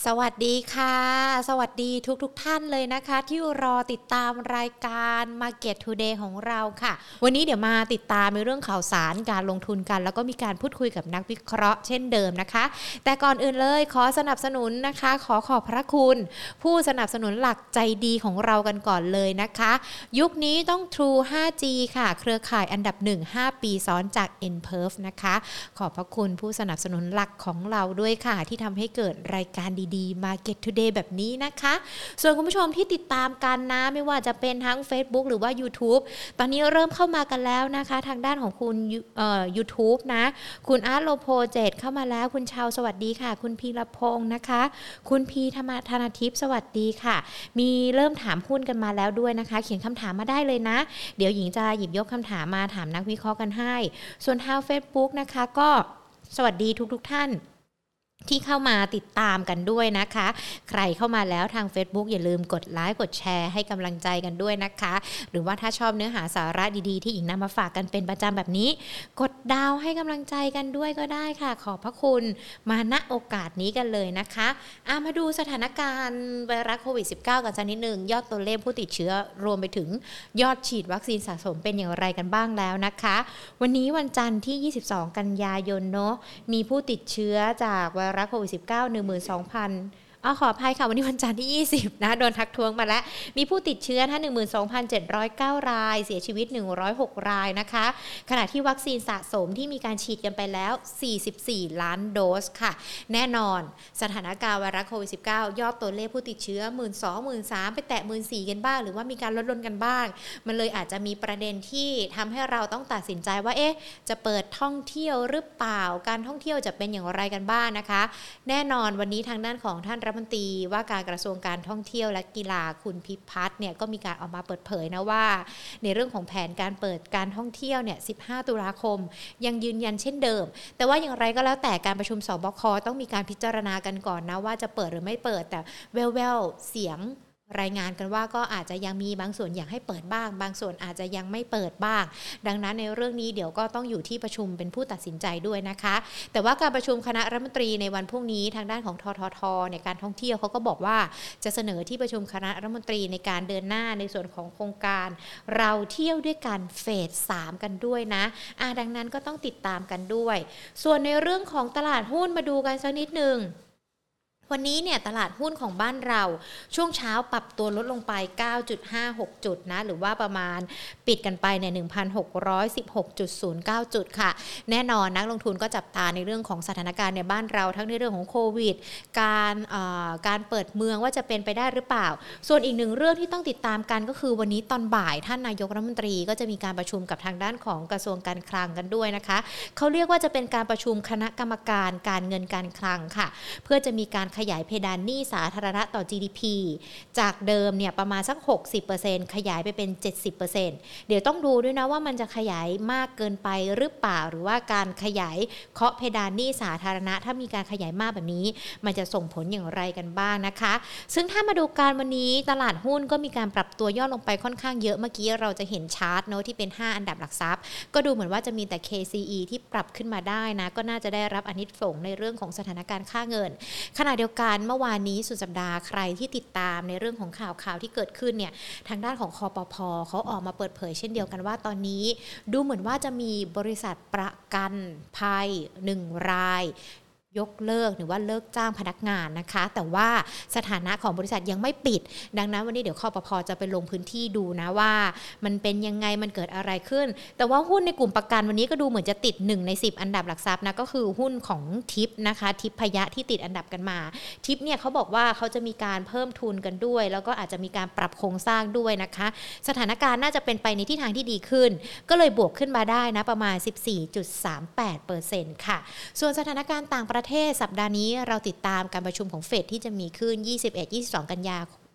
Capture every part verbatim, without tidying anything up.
สวัสดีค่ะสวัสดีทุกๆทท่านเลยนะคะที่รอติดตามรายการ Market Today ของเราค่ะวันนี้เดี๋ยวมาติดตามในเรื่องข่าวสารการลงทุนกันแล้วก็มีการพูดคุยกับนักวิเคราะห์เช่นเดิมนะคะแต่ก่อนอื่นเลยขอสนับสนุนนะคะขอขอบพระคุณผู้สนับสนุนหลักใจดีของเรากันก่อนเลยนะคะยุคนี้ต้อง True ไฟว์จี ค่ะเครือข่ายอันดับหนึ่ง ห้าปีซ้อนจาก เอ็น พี อี อาร์ เอฟ นะคะขอบพระคุณผู้สนับสนุนหลักของเราด้วยค่ะที่ทำให้เกิดรายการดีๆ Market Today แบบนี้นะคะส่วนคุณผู้ชมที่ติดตามกันนะไม่ว่าจะเป็นทั้ง Facebook หรือว่า YouTube ตอนนี้เริ่มเข้ามากันแล้วนะคะทางด้านของคุณเอ่อ YouTube นะคุณอาร์ตโลโพเจตเข้ามาแล้วคุณชาวสวัสดีค่ะคุณพีรพงศ์นะคะคุณพีธรรมธนทิพย์สวัสดีค่ะมีเริ่มถามหุ้นกันมาแล้วด้วยนะคะเขียนคำถามมาได้เลยนะเดี๋ยวหญิงจะหยิบยกคำถามมาถามนักวิเคราะห์กันให้ส่วนทาง Facebook นะคะก็สวัสดีทุกๆท่านที่เข้ามาติดตามกันด้วยนะคะใครเข้ามาแล้วทาง Facebook อย่าลืมกดไลค์กดแชร์ให้กำลังใจกันด้วยนะคะหรือว่าถ้าชอบเนื้อหาสาระดีๆที่หญิงนำมาฝากกันเป็นประจำแบบนี้กดดาวให้กำลังใจกันด้วยก็ได้ค่ะขอบพระคุณมาณโอกาสนี้กันเลยนะคะอ่ะมาดูสถานการณ์ไวรัสโควิด สิบเก้า กันสักนิดนึงยอดตัวเลขผู้ติดเชื้อรวมไปถึงยอดฉีดวัคซีนสะสมเป็นอย่างไรกันบ้างแล้วนะคะวันนี้วันจันทร์ที่ยี่สิบสองกันยายนเนาะมีผู้ติดเชื้อจากไวรัสโควิด สิบเก้า หนึ่งหมื่นสองพัน อ๋อขออภัยค่ะวันนี้วันจันทร์ที่ยี่สิบนะโดนทักท้วงมาแล้วมีผู้ติดเชื้อท่าน หนึ่งหมื่นสองพันเจ็ดร้อยเก้า รายเสียชีวิตหนึ่งร้อยหกรายนะคะขณะที่วัคซีนสะสมที่มีการฉีดกันไปแล้วสี่สิบสี่ล้านโดสค่ะแน่นอนสถานการณ์ไวรัสโควิด สิบเก้า ยอดตัวเลขผู้ติดเชื้อ หนึ่งหมื่นสองพัน หนึ่งหมื่นสามพัน ไปแตะ หนึ่งหมื่นสี่พัน กันบ้างหรือว่ามีการลดลงกันบ้างมันเลยอาจจะมีประเด็นที่ทำให้เราต้องตัดสินใจว่าเอ๊ะจะเปิดท่องเที่ยวหรือเปล่าการท่องเที่ยวจะเป็นอย่างไรกันบ้างนะคะแน่นอนวันนี้ทางด้านของท่านรัฐมนตรีว่าการกระทรวงการท่องเที่ยวและกีฬาคุณพิพัฒน์เนี่ยก็มีการออกมาเปิดเผยนะว่าในเรื่องของแผนการเปิดการท่องเที่ยวเนี่ยสิบห้าตุลาคมยังยืนยันเช่นเดิมแต่ว่าอย่างไรก็แล้วแต่การประชุมสบคต้องมีการพิจารณากันก่อนนะว่าจะเปิดหรือไม่เปิดแต่แว่วๆเสียงรายงานกันว่าก็อาจจะยังมีบางส่วนอยากให้เปิดบ้างบางส่วนอาจจะยังไม่เปิดบ้างดังนั้นในเรื่องนี้เดี๋ยวก็ต้องอยู่ที่ประชุมเป็นผู้ตัดสินใจด้วยนะคะแต่ว่าการประชุมคณะรัฐมนตรีในวันพรุ่งนี้ทางด้านของทททในการท่องเที่ยวเขาก็บอกว่าจะเสนอที่ประชุมคณะรัฐมนตรีในการเดินหน้าในส่วนของโครงการเราเที่ยวด้วยกันเฟสสามกันด้วยนะอ่ะดังนั้นก็ต้องติดตามกันด้วยส่วนในเรื่องของตลาดหุ้นมาดูกันสักนิดนึงวันนี้เนี่ยตลาดหุ้นของบ้านเราช่วงเช้าปรับตัวลดลงไป เก้าจุดห้าหก จุดนะหรือว่าประมาณปิดกันไปเนี่ย หนึ่งพันหกร้อยสิบหกจุดศูนย์เก้า จุดค่ะแน่นอนนักลงทุนก็จับตาในเรื่องของสถานการณ์ในบ้านเราทั้งในเรื่องของโควิดการเอ่อการเปิดเมืองว่าจะเป็นไปได้หรือเปล่าส่วนอีกหนึ่งเรื่องที่ต้องติดตามกันก็คือวันนี้ตอนบ่ายท่านนายกรัฐมนตรีก็จะมีการประชุมกับทางด้านของกระทรวงการคลังกันด้วยนะคะเขาเรียกว่าจะเป็นการประชุมคณะกรรมการการเงินการคลังค่ะเพื่อจะมีการขยายเพดานหนี้สาธารณะต่อ จี ดี พี จากเดิมเนี่ยประมาณสัก หกสิบเปอร์เซ็นต์ ขยายไปเป็น เจ็ดสิบเปอร์เซ็นต์ เดี๋ยวต้องดูด้วยนะว่ามันจะขยายมากเกินไปหรือเปล่าหรือว่าการขยายเคาะเพดานหนี้สาธารณะถ้ามีการขยายมากแบบนี้มันจะส่งผลอย่างไรกันบ้างนะคะซึ่งถ้ามาดูการวันนี้ตลาดหุ้นก็มีการปรับตัวย่อลงไปค่อนข้างเยอะเมื่อกี้เราจะเห็นชาร์ตเนาะที่เป็นห้าอันดับหลักทรัพย์ก็ดูเหมือนว่าจะมีแต่ เค ซี อี ที่ปรับขึ้นมาได้นะก็น่าจะได้รับอานิสงส์ในเรื่องของสถานการณ์ค่าเงินขณะเดียวกันเมื่อวานนี้สุดสัปดาห์ใครที่ติดตามในเรื่องของข่าวข่าวที่เกิดขึ้นเนี่ยทางด้านของคปภ.เขาออกมาเปิดเผยเช่นเดียวกันว่าตอนนี้ดูเหมือนว่าจะมีบริษัทประกันภัยหนึ่งรายยกเลิกหรือว่าเลิกจ้างพนักงานนะคะแต่ว่าสถานะของบริษัทยังไม่ปิดดังนั้นวันนี้เดี๋ยวคปภ.จะไปลงพื้นที่ดูนะว่ามันเป็นยังไงมันเกิดอะไรขึ้นแต่ว่าหุ้นในกลุ่มประกันวันนี้ก็ดูเหมือนจะติดหนึ่งในสิบอันดับหลักทรัพย์นะก็คือหุ้นของทิปนะคะทิพพยะที่ติดอันดับกันมาทิปเนี่ยเขาบอกว่าเขาจะมีการเพิ่มทุนกันด้วยแล้วก็อาจจะมีการปรับโครงสร้างด้วยนะคะสถานการณ์น่าจะเป็นไปในทิศทางที่ดีขึ้นก็เลยบวกขึ้นมาได้นะประมาณ สิบสี่จุดสามแปดเปอร์เซ็นต์ ค่ะส่วนสถานการณ์ต่างประเทศสัปดาห์นี้เราติดตามการประชุมของเฟดที่จะมีขึ้นยี่สิบเอ็ด ยี่สิบสอง กันยา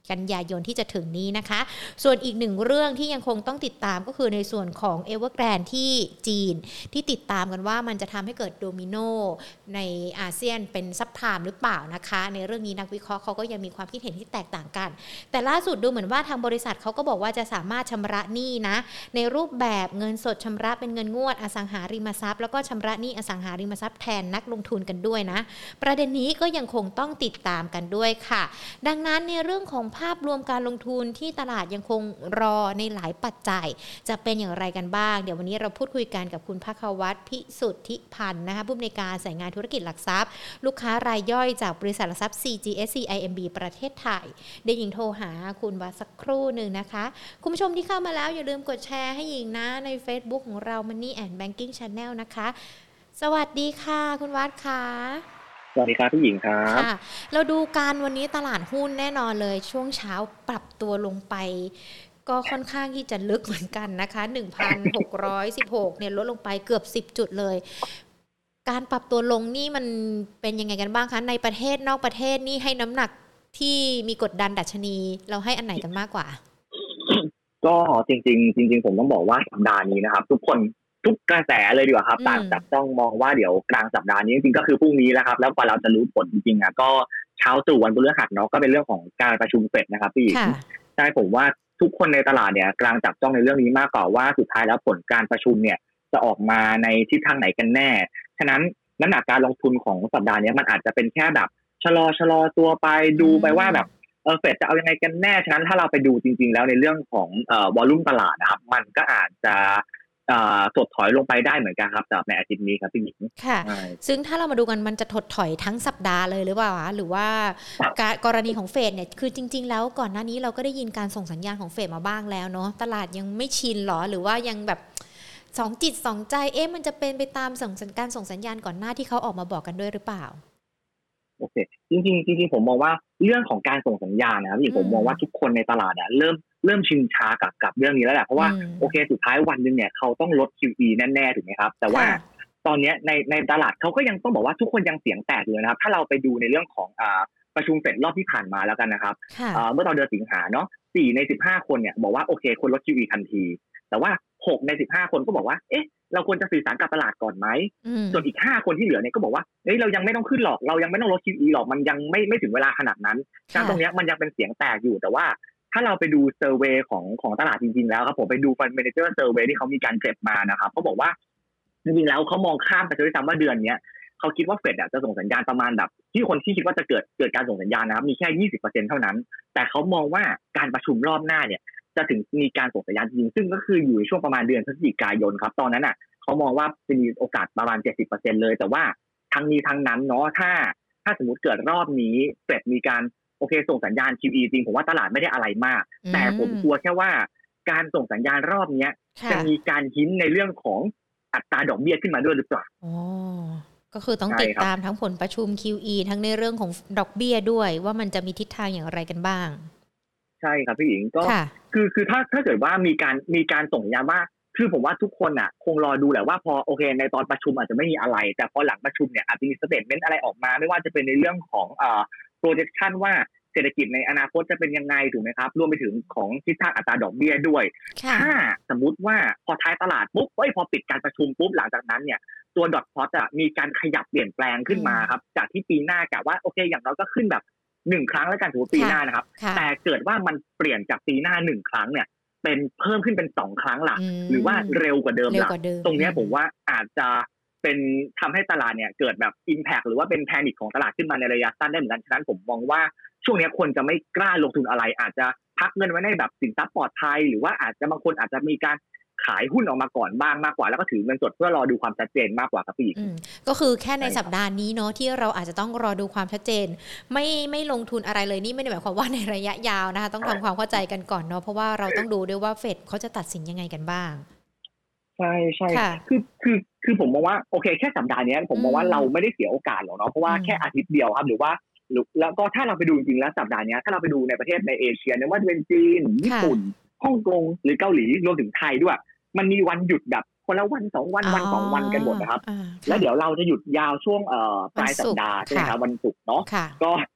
กันยายนที่จะถึงนี้นะคะส่วนอีกหนึ่งเรื่องที่ยังคงต้องติดตามก็คือในส่วนของ Evergrande ที่จีนที่ติดตามกันว่ามันจะทำให้เกิดโดมิโนในอาเซียนเป็นซับไพรม์หรือเปล่านะคะในเรื่องนี้นักวิเคราะห์เขาก็ยังมีความคิดเห็นที่แตกต่างกันแต่ล่าสุดดูเหมือนว่าทางบริษัทเขาก็บอกว่าจะสามารถชำระหนี้นะในรูปแบบเงินสดชำระเป็นเงินงวดอสังหาริมทรัพย์แล้วก็ชำระหนี้อสังหาริมทรัพย์แทนนักลงทุนกันด้วยนะประเด็นนี้ก็ยังคงต้องติดตามกันด้วยค่ะดังนั้นในเรื่องของภาพรวมการลงทุนที่ตลาดยังคงรอในหลายปัจจัยจะเป็นอย่างไรกันบ้างเดี๋ยววันนี้เราพูดคุยกันกับคุณภควัฒน์พิสุทธิพันธ์นะคะผู้อำนวยการสายงานธุรกิจหลักทรัพย์ลูกค้ารายย่อยจากบริษัทหลักทรัพย์ ซี จี เอส ซี ไอ เอ็ม บี ประเทศไทยได้หญิงโทรหาคุณวัฒน์สักครู่หนึ่งนะคะคุณผู้ชมที่เข้ามาแล้วอย่าลืมกดแชร์ให้หญิงนะใน Facebook ของเรา Money and Banking Channel นะคะสวัสดีค่ะคุณวัฒน์ค่ะสวัสดีครับพี่หญิงครับค่ะเราดูการวันนี้ตลาดหุ้นแน่นอนเลยช่วงเช้าปรับตัวลงไปก็ค่อนข้างที่จะลึกเหมือนกันนะคะ หนึ่งพันหกร้อยสิบหก เนี่ยลดลงไปเกือบสิบจุดเลยการปรับตัวลงนี่มันเป็นยังไงกันบ้างคะในประเทศนอกประเทศนี่ให้น้ำหนักที่มีกดดันดัชนีเราให้อันไหนกันมากกว่าก็จริงๆจริงๆผมต้องบอกว่าสัปดาห์นี้นะครับทุกคนทุกกระแสเลยดีกว่าครับต่างจับจ้องมองว่าเดี๋ยวกลางสัปดาห์นี้จริงๆก็คือพรุ่งนี้แล้วครับแล้วกว่าเราจะรู้ผลจริงๆอ่ะก็เช้าตรู่วันพฤหัสเนาะก็เป็นเรื่องของการประชุมเฟดนะครับพี่ใช่ผมว่าทุกคนในตลาดเนี่ยกลางจับจ้องในเรื่องนี้มากกว่าว่าสุดท้ายแล้วผลการประชุมเนี่ยจะออกมาในทิศทางไหนกันแน่ฉะนั้นน้ำหนักการลงทุนของสัปดาห์นี้มันอาจจะเป็นแค่แบบชะลอชะลอตัวไปดูไปว่าแบบเออเฟดจะเอายังไงกันแน่ฉะนั้นถ้าเราไปดูจริงๆแล้วในเรื่องของเอ่อวอลลุ่มตลาดนะครับมันก็อาจจะเอ่อถดถอยลงไปได้เหมือนกันครับสำหรับในอาทิตย์นี้ครับพี่หญิงค่ะซึ่งถ้าเรามาดูกันมันจะถดถอยทั้งสัปดาห์เลยหรือเปล่าหรือว่ากรณีของเฟดเนี่ยคือจริงๆแล้วก่อนหน้านี้เราก็ได้ยินการส่งสัญญาณของเฟดมาบ้างแล้วเนาะตลาดยังไม่ชินหรอหรือว่ายังแบบสองจิตสองใจเอ๊ะมันจะเป็นไปตามส่งสัญญาณส่งสัญญาณก่อนหน้าที่เขาออกมาบอกกันด้วยหรือเปล่าโอเคจริงๆจริงๆผมมองว่าเรื่องของการส่งสัญญาณนะครับผมมองว่าทุกคนในตลาดเนี่ยเริ่มเริ่มชินชากับกับเรื่องนี้แล้วแหละเพราะว่าโอเคสุดท้ายวันนึงเนี่ยเขาต้องลด คิว อี แน่ๆถูกไหมครับแต่ว่าตอนนี้ในในตลาดเขาก็ยังต้องบอกว่าทุกคนยังเสียงแตกอยู่นะครับถ้าเราไปดูในเรื่องของอ่าประชุมเฟดรอบที่ผ่านมาแล้วกันนะครับเมื่อตอนเดือนสิงหาเนาะสี่ในสิบห้าคนเนี่ยบอกว่าโอเคควรลด คิว อี ทันทีแต่ว่าหกในสิบห้าคนก็บอกว่าเอ๊ะเราควรจะสื่อสารกับตลาดก่อนไหมส่วนอีกห้าคนที่เหลือเนี่ยก็บอกว่าเฮ้ยเรายังไม่ต้องขึ้นหรอกเรายังไม่ต้องลด คิว อี หรอกมันยังไม่ไม่ถึงเวลาขนาดนั้นฉะนั้นตรงนี้มันยังเป็นเสียงแตกอยู่แต่ว่าถ้าเราไปดูเซอร์เวย์ของของตลาดจริงๆแล้วครับผมไปดูฟันเมเนเจอร์เซอร์เวย์ที่เขามีการเก็บมานะครับเขาบอกว่าจริงๆแล้วเขามองข้ามไปด้วยซ้ำว่าเดือนนี้เขาคิดว่าเฟดจะส่งสัญญาณประมาณแบบที่คนที่คิดว่าจะเกิดเกิดการส่งสัญญาณนะครับมีแค่ ยี่สิบเปอร์เซ็นต์ เท่านั้นแต่เขามองว่าการประชุมรอบหน้าเนี่ยจะถึงมีการส่งสัญญาณจริงซึ่งก็คืออยู่ในช่วงประมาณเดือนพฤศจิกายนครับตอนนั้นน่ะเขามองว่าจะมีโอกาสประมาณ เจ็ดสิบเปอร์เซ็นต์ เลยแต่ว่าทั้งนี้ทั้งนั้นเนาะถ้าถ้าสมมุติเกิดรอบนี้เฟดมีการโอเคส่งสัญญาณ คิว อี จริงผมว่าตลาดไม่ได้อะไรมากแต่ผมกลัวแค่ว่าการส่งสัญญาณรอบนี้จะมีการหินในเรื่องของอัตราดอกเบี้ยขึ้นมาด้วยหรือเปล่าอ๋อก็คือต้องติดตามทั้งผลประชุม คิว อี ทั้งในเรื่องของดอกเบี้ยด้วยว่ามันจะมีทิศทางอย่างไรกันบ้างใช่ครับพี่หญิงก็คือคือถ้าถ้าเกิดว่ามีการมีการส่งสัญญาณว่าคือผมว่าทุกคนอ่ะคงรอดูแหละว่าพอโอเคในตอนประชุมอาจจะไม่มีอะไรแต่พอหลังประชุมเนี่ยอาจจะมีสเตทเมนต์อะไรออกมาไม่ว่าจะเป็นในเรื่องของเอ่อ projection ว่าเศรษฐกิจในอนาคตจะเป็นยังไงถูกไหมครับรวมไปถึงของทิศทางอัตราดอกเบี้ยด้วยถ้าสมมุติว่าพอท้ายตลาดปุ๊บเอ้ยพอปิดการประชุมปุ๊บหลังจากนั้นเนี่ยตัวดอทพลอตอ่ะมีการขยับเปลี่ยนแปลงขึ้นมาครับจากที่ปีหน้ากะว่าโอเคอย่างเราก็ขึ้นแบบหนึ่งครั้งแล้วกันถือว่าปีหน้านะครับแต่เกิดว่ามันเปลี่ยนจากปีหน้าหนึ่งครั้งเนี่ยเป็นเพิ่มขึ้นเป็นสองครั้งล่ะหรือว่าเร็วกว่าเดิมล่ะตรงนี้ผมว่าอาจจะเป็นทำให้ตลาดเนี่ยเกิดแบบ impact หรือว่าเป็นแพนิคของตลาดขึ้นมาในระยะสั้นได้เหมือนกันฉะนั้นผมมองว่าช่วงนี้คนจะไม่กล้าลงทุนอะไรอาจจะพักเงินไว้ในแบบสินทรัพย์ปลอดภัยหรือว่าอาจจะบางคนอาจจะมีการขายหุ้นออกมาก่อนบ้างมากกว่าแล้วก็ถือเงินสดเพื่อรอดูความชัดเจนมากกว่าครับพี่ก็คือแค่ในสัปดาห์นี้เนาะที่เราอาจจะต้องรอดูความชัดเจนไม่ไม่ลงทุนอะไรเลยนี่ไม่ได้หมายความว่าในระยะยาวนะคะต้องทำความเข้าใจกันก่อนเนาะเพราะว่าเราต้องดูด้วยว่าเฟดเขาจะตัดสินยังไงกันบ้างใช่ใช่คือคือคือผมมองว่าโอเคแค่สัปดาห์นี้ผมมองว่าเราไม่ได้เสียโอกาสหรอกเนาะเพราะว่าแค่อาทิตย์เดียวครับหรือว่าแล้วก็ถ้าเราไปดูจริงๆแล้วสัปดาห์นี้ถ้าเราไปดูในประเทศในเอเชียไม่ว่าจะเป็นจีนญี่ปุ่นฮ่องกงหรือเกาหลีรวมถึงไทยด้วยมันมีวันหยุดแบบคนละวันสองวันวันสองวันกันหมดนะครับแล้วเดี๋ยวเราจะหยุดยาวช่วงเอ่อปลายสัปดาห์ใช่ไหมครับวันศุกร์เนาะก็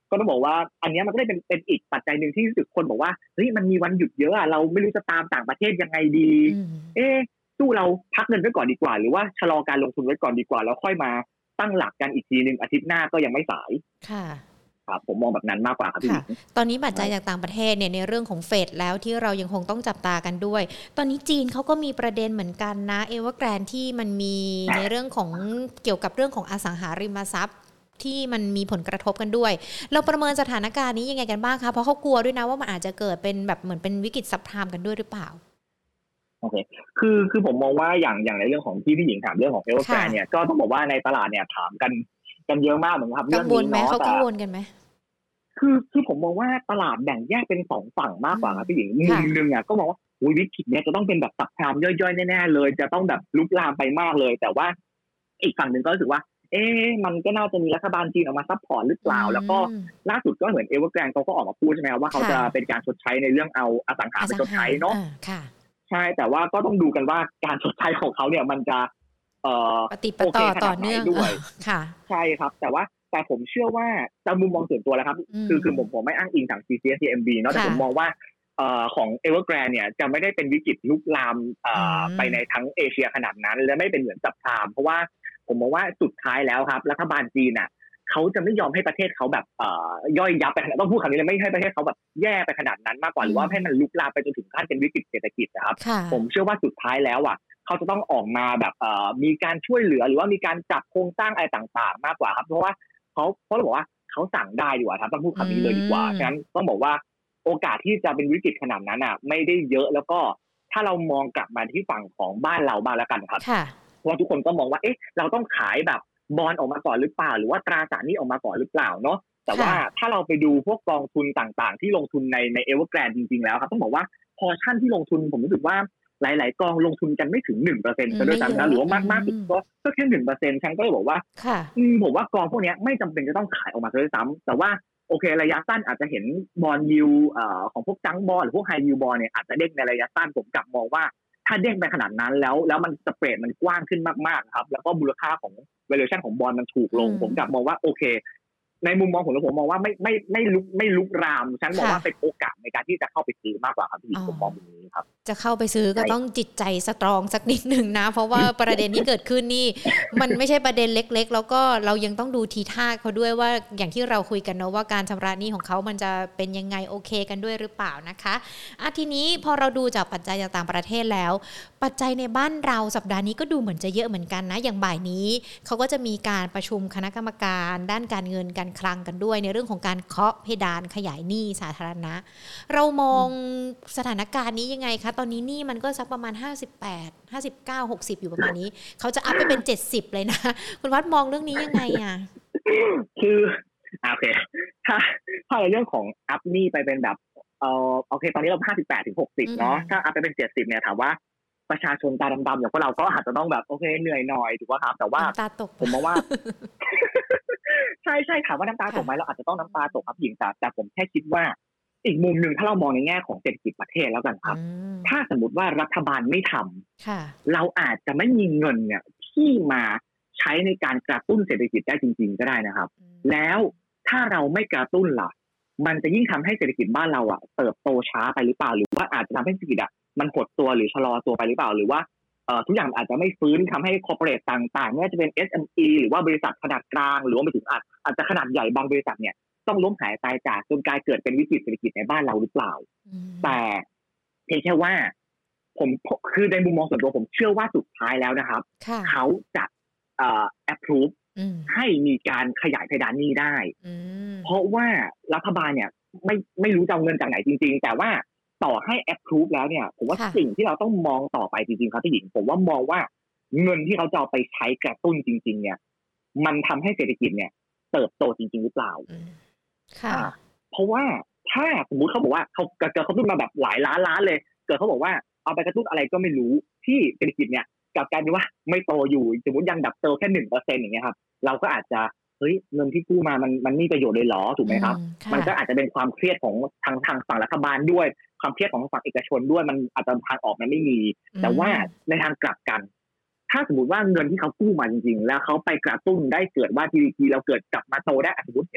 ก็ต้องบอกว่าอันนี้มันก็ได้เป็นเป็นอีกปัจจัยหนึ่งที่รู้สึกคนบอกว่าเฮ้ยมันมีวันหยุดเยอะอะเราไม่รู้จะตามต่างประเทศยังไงดีเอ๊ะสู้เราพักเงินไว้ก่อนดีกว่าหรือว่าชะลอการลงทุนไว้ก่อนดีกว่าแล้วค่อยมาตั้งหลักกันอีกทีนึงอาทิตย์หน้าก็ยังไม่สายค่ะครับผมมองแบบนั้นมากกว่าครับพี่ตอนนี้ปัจจัยจากต่างประเทศเนี่ยในเรื่องของเฟดแล้วที่เรายังคงต้องจับตากันด้วยตอนนี้จีนเขาก็มีประเด็นเหมือนกันนะเอเวอร์แกรนด์ที่มันมีในเรื่องของเกี่ยวกับเรื่องของอสังหาริมทรัพย์ที่มันมีผลกระทบกันด้วยเราประเมินสถานการณ์นี้ยังไงกันบ้างคะเพราะเขากลัวด้วยนะว่ามันอาจจะเกิดเป็นแบบเหมือนเป็นวิกฤตซับไพรม์กันด้วยหรือเปล่าโอเคคือคือผมมองว่าอย่างอย่างในเรื่องของที่พี่หญิงถามเรื่องของเอเวอร์แกรนด์เนี่ยก็ต้องบอกว่าในตลาดเนี่ยถามกันกันเยอะมากเหมือนกันครับเรื่องนี้เนาะเขากังวลกันไหมคือคือผมมองว่าตลาดแบ่งแยกเป็นสองฝั่งมากกว่าครับพี่หญิงมุมนึงอ่ะก็มองว่าวิกฤตเนี่ยจะต้องเป็นแบบซับไพรม์ย่อยๆแน่ๆเลยจะต้องแบบลุกลามไปมากเลยแต่ว่าอีกฝั่งนึงก็รู้สึกว่าเอ๊ะมันก็น่าจะมีรัฐบาลจีนออกมาซัพพอร์ตหรือเปล่าแล้วก็ล่าสุดก็เหมือนเอเวอร์แกรนด์เขาก็ออกมาพูดใช่ไหมครับว่าเขาจะเป็นการชดใช้ในเรื่องเอาอสังหาไปชดใช้เนาะใช่แต่ว่าก็ต้องดูกันว่าการชดใช้ของเขาเนี่ยมันจะเอ่อปฏิปต่อต่อเนื่องด้วยค่ะใช่ครับแต่ว่าแต่ผมเชื่อว่าจากมุมมองส่วนตัวแล้วครับคือคือผมผมไม่อ้างอิงทาง ซี ซี เอส ซี เอ็ม บี เนาะแต่ผมมองว่าเอ่อของ Evergrande เนี่ยจะไม่ได้เป็นวิกฤตลุกลามเอ่อไปในทั้งเอเชียขนาดนั้นและไม่เป็นเหมือนซับไพรม์เพราะว่าผมมองว่าสุดท้ายแล้วครับรัฐบาลจีนน่ะเขาจะไม่ยอมให้ประเทศเขาแบบเอ่อย่อยยับไปขนาดต้องพูดคำนี้เลยไม่ให้ประเทศเขาแบบแย่ไปขนาดนั้นมากกว่าหรือว่าให้มันลุกลามไปจนถึงขั้นเป็นวิกฤตเศรษฐกิจนะครับผมเชื่อว่าสุดท้ายแล้วอ่ะเขาจะต้องออกมาแบบเอ่อมีการช่วยเหลือหรือว่ามีการจัดโครงสร้างอะไรต่างๆมากกว่าครับเพราะว่าเขาเขาบอกว่าเขาสั่งได้อยู่ครับต้องพูดคำนี้เลยดีกว่าฉะนั้นต้องบอกว่าโอกาสที่จะเป็นวิกฤตขนาดนั้นอ่ะไม่ได้เยอะแล้วก็ถ้าเรามองกลับมาที่ฝั่งของบ้านเราบ้างแล้วกันครับเพราะทุกคนก็มองว่าเอ๊ะเราต้องขายแบบบอนด์ออกมาก่อนหรือเปล่าหรือว่าตราสารหนี้ออกมาก่อนหรือเปล่าเนาะแต่ว่าถ้าเราไปดูพวกกองทุนต่างๆที่ลงทุนในใน Evergrande จริงๆแล้วครับต้องบอกว่าพอชั่นที่ลงทุนผมรู้สึกว่าหลายๆกองลงทุนกันไม่ถึง หนึ่งเปอร์เซ็นต์ ซะด้วยซ้ำนะหรือว่ามากมากสุดก็ก็แค่ หนึ่งเปอร์เซ็นต์ ฉันก็เลยบอกว่าอืมผมว่ากองพวกนี้ไม่จำเป็นจะต้องขายออกมาด้วยซ้ำแต่ว่าโอเคระยะสั้นอาจจะเห็นบอนด์ยิลด์เอ่อของพวกจังบอนด์หรือพวกไฮยิลด์บอนด์เนี่ยอาจจะเด้งในระยะสั้นผมกลับมองว่าถ้าเด้งไปขนาดนั้นแล้วแล้วมันสเปรดมันกว้างขึ้นมากๆครับแล้วก็มูลค่าของ valuation ของบอนด์มันถูกลงผมกลับมองว่าโอเคในมุมมองผมแล้วผมมองว่าไม่ไม่ไม่ลุกไม่ลุกรามฉันมองว่าเป็นโอกาสในการที่จะเข้าไปซื้อมากกว่าครับพี่ผมมองแบบนี้ครับจะเข้าไปซื้อก็ต้องจิตใจสตรองสักนิดนึงนะเพราะว่าประเด็นที่เกิดขึ้นนี่มันไม่ใช่ประเด็นเล็กๆแล้วก็เรายังต้องดูทีท่าเขาด้วยว่าอย่างที่เราคุยกันเนาะว่าการชำระหนี้ของเขามันจะเป็นยังไงโอเคกันด้วยหรือเปล่านะคะอ่ะทีนี้พอเราดูจากปัจจัยจากต่างประเทศแล้วปัจจัยในบ้านเราสัปดาห์นี้ก็ดูเหมือนจะเยอะเหมือนกันนะอย่างบ่ายนี้เขาก็จะมีการประชุมคณะกรรมการด้านการเงินการคลังกันด้วยในเรื่องของการเคาะเพดานขยายหนี้สาธารณะเรามองสถานการณ์นี้ยังไงคะตอนนี้หนี้มันก็สักประมาณห้าสิบแปด ห้าสิบเก้า หกสิบอยู่ประมาณนี้เขาจะอัพไปเป็นเจ็ดสิบเลยนะคุณวัดมองเรื่องนี้ยังไงอ่ะคือโอเคถ้าถ้าในเรื่องของอัพหนี้ไปเป็นแบบเอ่อโอเคตอนนี้เราห้าสิบแปดถึงหกสิบเนาะถ้าอัพไปเป็นเจ็ดสิบเนี่ยถามว่าประชาชนตาดำๆอย่างพวกเราก็อาจจะต้องแบบโอเคเหนื่อยหน่อยถูกป่ะครับแต่ว่าผมมองว่าใช่ๆถามว่าน้ำตาตกไหมเราอาจจะต้องน้ำตาตกครับหญิงแต่แต่ผมแค่คิดว่าอีกมุมนึงถ้าเรามองในแง่ของเศรษฐกิจประเทศแล้วกันครับถ้าสมมติว่ารัฐบาลไม่ทำเราอาจจะไม่มีเงินเนี่ยที่มาใช้ในการกระตุ้นเศรษฐกิจได้จริงๆก็ได้นะครับแล้วถ้าเราไม่กระตุ้นล่ะมันจะยิ่งทำให้เศรษฐกิจบ้านเราอ่ะเติบโตช้าไปหรือเปล่าหรือว่าอาจจะทำให้เศรษฐกิจอ่ะมันหดตัวหรือชะลอตัวไปหรือเปล่าหรือว่าเอ่อทุกอย่างอาจจะไม่ฟื้นทำให้คอร์ปอเรทต่างๆไม่ว่าจะเป็น เอส เอ็ม อี หรือว่าบริษัทขนาดกลางหรือว่าไปถึงอาจอาจจะขนาดใหญ่บางบริษัทเนี่ยต้องล้มหายตายจากจนกลายเกิดเป็นวิกฤตเศรษฐกิจในบ้านเราหรือเปล่าแต่เพียงแค่ว่าผมคือในมุมมองส่วนตัวผมเชื่อว่าสุดท้ายแล้วนะครับเขาจะเอ่อ approve ให้มีการขยายเพดานหนี้ได้เพราะว่ารัฐบาลเนี่ยไม่ไม่รู้จะเอาเงินจากไหนจริงๆแต่ว่าต่อให้ approve แล้วเนี่ยผมว่าสิ่งที่เราต้องมองต่อไปจริงๆครับพี่หญิงผมว่ามองว่าเงินที่เขาจะเอาไปใช้กระตุ้นจริงๆเนี่ยมันทำให้เศรษฐกิจเนี่ยเติบโตจริงๆหรือเปล่าค่ะเพราะว่าถ้าสมมุติเขาบอกว่าเขาเกิดเขากระตุ้นมาแบบหลายล้านล้านเลยเกิดเขาบอกว่าเอาไปกระตุ้นอะไรก็ไม่รู้ที่เศรษฐกิจเนี่ยกลับกลายเป็นว่าไม่โตอยู่สมมุติยังดับโตแค่ หนึ่งเปอร์เซ็นต์ อย่างเงี้ยครับเราก็อาจจะเฮ้ยเงินที่กู้มามันมันมีประโยชน์เลยเหรอถูกไหมครับมันก็อาจจะเป็นความเครียดของทางทางฝั่งรัฐบาลด้วยความเครียดของฝั่งเอกชนด้วยมันอาจจะทางออกมันไม่มีแต่ว่าในทางกลับกันถ้าสมมติว่าเงินที่เขากู้มาจริงๆแล้วเขาไปกระตุ้นได้เกิดว่า จี ดี พี เราเกิดกลับมาโตได้สมมติเห็นแบบ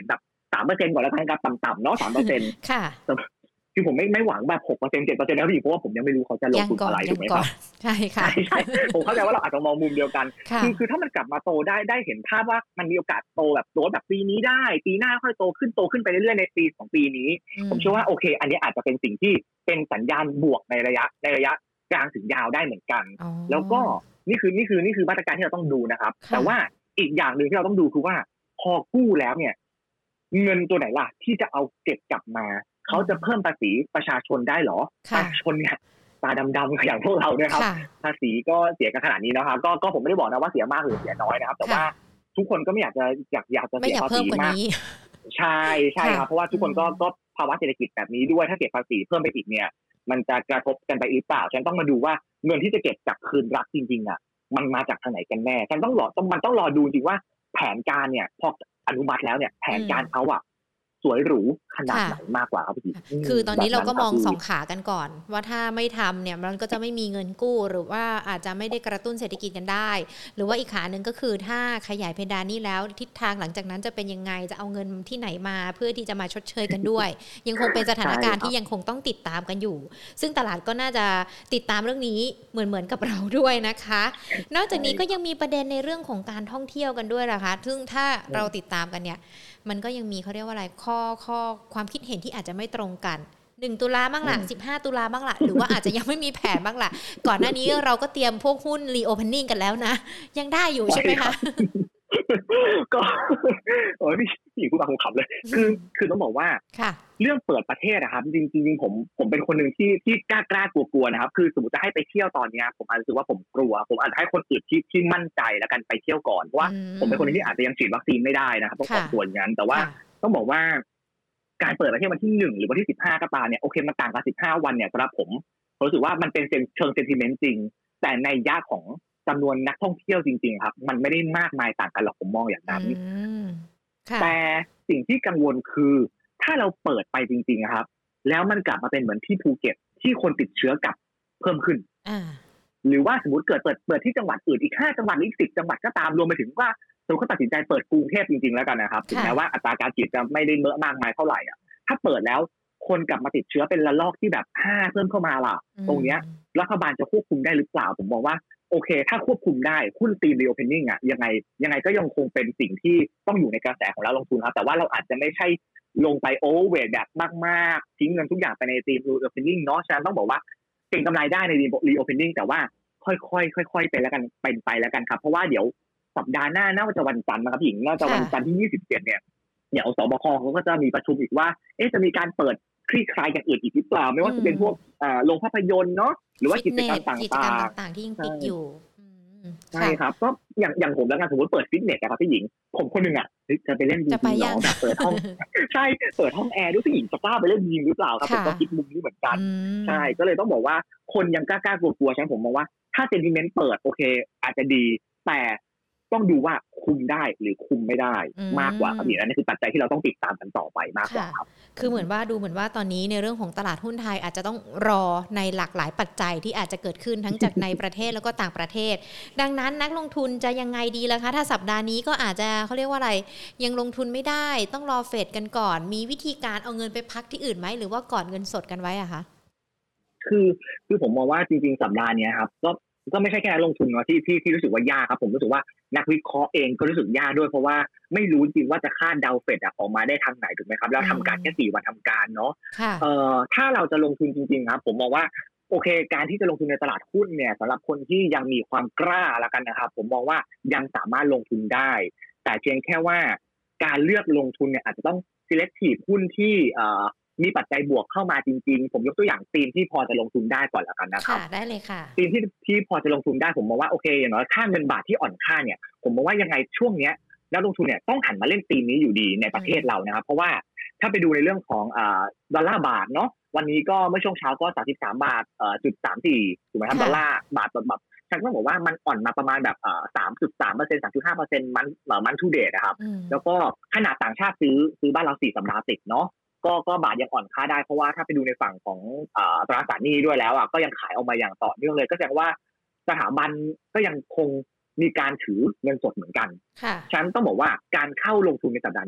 สามเปอร์เซ็นต์ก่อนแล้วกันครับต่ำๆเนาะสามเปอร์เซ็นต์ค่ะคือผมไม่ไม่หวังแบบ หกเปอร์เซ็นต์ เจ็ดเปอร์เซ็นต์ นะพี่เพราะว่าผมยังไม่รู้เขาจะลงทุนอะไรถูกไหมครับใช่ค่ะใช่ๆผมเข้าใจว่าเราอาจจะมองมุมเดียวกันคือคือถ้ามันกลับมาโตได้ได้เห็นภาพว่ามันมีโอกาสโตแบบโตแบบปีนี้ได้ปีหน้าค่อยโตขึ้นโตขึ้นไปเรื่อยๆในปีสองปีนี้ผมเชื่อว่าโอเคอันนี้อาจจะเป็นสิ่งที่เป็นสัญญาณบวกในระยะในระยะกลางถึงยาวได้เหมือนกันแล้วก็นี่คือนี่คือนี่คือมาตรการที่เราต้องดูนะครับแต่ว่าอีกอย่างนึงที่เราต้องดูคือว่าพอกู้แล้วเนี่ยเงินตัวไหนล่ะที่จะเอาเก็บกลับมาเขาจะเพิ่มภาษีประชาชนได้หรอประชาชนเนี่ยตาดำๆอย่างพวกเราเนี่ยครับภาษีก็เสียกันขนาดนี้นะครับก็ก็ผมไม่ได้บอกนะว่าเสียมากหรือเสียน้อยนะครับแต่ว่าทุกคนก็ไม่อยากจะอยากอยากจะเสียภาษีมากใช่ใช่ครับเพราะว่าทุกคนก็ก็ภาวะเศรษฐกิจแบบนี้ด้วยถ้าเก็บภาษีเพิ่มไปอีกเนี่ยมันจะกระทบกันไปหรือเปล่าฉันต้องมาดูว่าเงินที่จะเก็บจากคืนรัฐจริงๆอ่ะมันมาจากทางไหนกันแน่ฉันต้องรอต้องมันต้องรอดูจริงว่าแผนการเนี่ยพออนุมัติแล้วเนี่ยแผนการเขาอะสวยหรูขนาดไหนมากกว่าครับพี่คือตอนนี้เราก็มองสองขากันก่อนว่าถ้าไม่ทำเนี่ยมันก็จะไม่มีเงินกู้หรือว่าอาจจะไม่ได้กระตุ้นเศรษฐกิจกันได้หรือว่าอีกขาหนึ่งก็คือถ้าขยายเพดานนี้แล้วทิศทางหลังจากนั้นจะเป็นยังไงจะเอาเงินที่ไหนมาเพื่อที่จะมาชดเชยกันด้วยยังคงเป็นสถานการณ์ที่ยังคงต้องติดตามกันอยู่ซึ่งตลาดก็น่าจะติดตามเรื่องนี้เหมือนเหมือนกับเราด้วยนะคะนอกจากนี้ก็ยังมีประเด็นในเรื่องของการท่องเที่ยวกันด้วยนะคะซึ่งถ้าเราติดตามกันเนี่ยมันก็ยังมีเขาเรียกว่าอะไรข้อข้อความคิดเห็นที่อาจจะไม่ตรงกันหนึ่งตุลาบ้างล่ะสิบห้าตุลาบ้างล่ะหรือว่าอาจจะยังไม่มีแผนบ้างล่ะก่อนหน้านี้เราก็เตรียมพวกหุ้น reopening กันแล้วนะยังได้อยู่ใช่ไหมคะก็โอ้ยพี่พี่พูดมาคงขำเลยคือคือต้องบอกว่าเรื่องเปิดประเทศนะครับจริงจริงผมผมเป็นคนหนึ่งที่ที่กล้ากล้ากลัวกลัวนะครับคือสมมติจะให้ไปเที่ยวตอนนี้ผมอาจจะรู้สึกว่าผมกลัวผมอาจจะให้คนอื่นที่ที่มั่นใจแล้วกันไปเที่ยวก่อนเพราะว่าผมเป็นคนนึงที่อาจจะยังฉีดวัคซีนไม่ได้นะครับต้องขอตัวอย่างนั้นแต่ว่าต้องบอกว่าการเปิดประเทศวันที่หนึ่งหรือวันที่สิบห้าก็ตามเนี่ยโอเคมันต่างกันสิบห้าวันเนี่ยสำหรับผมผมรู้สึกว่ามันเป็นเชิงเซนติเมนต์จริงแต่ในย่าของจำนวนนักท่องเที่ยวจริงๆครับมันไม่ได้มากมายต่างกันหรอกผมมองอย่างนั้นแต่สิ่งที่กังวลคือถ้าเราเปิดไปจริงๆครับแล้วมันกลับมาเป็นเหมือนที่ภูเก็ตที่คนติดเชื้อกับเพิ่มขึ้นหรือว่าสมมติเกิดเปิดเปิดที่จังหวัดอื่นอีกห้าจังหวัดอีกสิบจังหวัดก็ตามรวมไปถึงว่าสมมติเขาตัดสินใจเปิดกรุงเทพจริงๆแล้วกันนะครับถึงแม้ว่าอัตราการฉีดจะไม่ได้เยอะมากมายเท่าไหร่อ่ะถ้าเปิดแล้วคนกลับมาติดเชื้อเป็นระลอกที่แบบห้าเพิ่มเข้ามาล่ะตรงเนี้ยรัฐบาลจะควบคุมได้หรือเปล่าผมมองว่าโอเคถ้าควบคุมได้หุ้นตีม reopening อ่ะยังไงยังไงก็ยังคงเป็นสิ่งที่ต้องอยู่ในกระแสของนักลงทุนครับแต่ว่าเราอาจจะไม่ใช่ลงไปโอเวอร์เวทแบบมากๆทิ้งเงินทุกอย่างไปในตีม reopening เนาะฉะนั้นต้องบอกว่าเก็งกำไรได้ใน reopening แต่ว่าค่อยๆค่อยๆไปแล้วกันเป็นไปแล้วกันครับเพราะว่าเดี๋ยวสัปดาห์หน้าน่าจะวันจันทร์นะครับหญิงน่าจะวันจันทร์ที่ยี่สิบเจ็ดเนี่ยเดี๋ยวสบคเขาก็จะมีประชุมอีกว่าเอ๊ะจะมีการเปิดคลี่คลายอย่างอื่นอีกหรือเปล่าไม่ว่าจะเป็นพวกโรงภาพยนตร์เนาะหรือว่ากิจกรรมต่างๆที่ยังปิดอยู่ใช่ครับก็อย่างอย่างผมแล้วกันสมมติเปิดฟิตเนสนะครับพี่หญิงผมคนหนึ่งอ่ะจะไปเล่นยิมเนาะแบบเปิดห้องใช่เปิดห้องแอร์ด้วยพี่หญิงจะกล้าไปเล่นยิมหรือเปล่าครับผมก็คิดมุมนี้เหมือนกันใช่ก็เลยต้องบอกว่าคนยังกล้ากล้ากลัวๆใช่ผมมองว่าถ้าเซนติเมนต์เปิดโอเคอาจจะดีแต่ต้องดูว่าคุมได้หรือคุมไม่ได้มากกว่าครับนี่นั่นคือปัจจัยที่เราต้องติดตามกันต่อไปมากกว่าครับคือเหมือนว่าดูเหมือนว่าตอนนี้ในเรื่องของตลาดหุ้นไทยอาจจะต้องรอในหลากหลายปัจจัยที่อาจจะเกิดขึ้นทั้งจากในประเทศแล้วก็ต่างประเทศดังนั้นนักลงทุนจะยังไงดีล่ะคะถ้าสัปดาห์นี้ก็อาจจะเขาเรียกว่าอะไรยังลงทุนไม่ได้ต้องรอเฟดกันก่อนมีวิธีการเอาเงินไปพักที่อื่นไหมหรือว่ากอดเงินสดกันไว้อะคะคือคือผมมองว่าจริงๆสัปดาห์นี้ครับก็ก็ไม่ใช่แค่ลงทุนนะที่ที่ที่รู้สึกว่ายากครับผมรู้สึกว่านักวิเคราะห์เองก็รู้สึกยากด้วยเพราะว่าไม่รู้จริงว่าจะคาดเดาเฟดออกมาได้ทางไหนถูกไหมครับแล้วทำการแค่สี่วันทำการเนาะเอ่อถ้าเราจะลงทุนจริงๆครับผมมองว่าโอเคการที่จะลงทุนในตลาดหุ้นเนี่ยสำหรับคนที่ยังมีความกล้าละกันนะครับผมมองว่ายังสามารถลงทุนได้แต่เพียงแค่ว่าการเลือกลงทุนเนี่ยอาจจะต้อง selective หุ้นที่เอ่อมีปัจจัยบวกเข้ามาจริงๆผมยกตัวอย่างธีมที่พอจะลงทุนได้ก่อนแล้วกันนะครับค่ะได้เลยค่ะธีมที่ที่พอจะลงทุนได้ผมมองว่าโอเคอย่างน้อยค่าเงินบาทที่อ่อนค่าเนี่ยผมมองว่ายังไงช่วงเนี้ยนักลงทุนเนี่ยต้องหันมาเล่นธีมนี้อยู่ดีในประเทศเรานะครับเพราะว่าถ้าไปดูในเรื่องของอ่าดอลลาร์บาทเนาะวันนี้ก็เมื่อช่วงเช้าก็สามสิบสามบาทเอ่อจุดสามสี่ถูกไหมครับดอลลาร์บาทแบบฉันต้องบอกว่ามันอ่อนมาประมาณแบบเอ่อ สามจุดสามเปอร์เซ็นต์ สามจุดห้าเปอร์เซ็นต์ มันเอ่อมันทูเดทนะครับแล้วก็ขนาดต่างชาติซื้อซื้อบ้านเราสี่สัปดาห์ติดเนาะก็ก็บาทยังอ่อนค่าได้เพราะว่าถ้าไปดูในฝั่งของอ่าตราสารหนี้ด้วยแล้วอ่ะก็ยังขายออกมาอย่างต่อเนื่องเลยก็แสดงว่าสถาบันก็ยังคงมีการถือเงินสดเหมือนกันฉะนั้นต้องบอกว่าการเข้าลงทุนในสัปดาห์นี้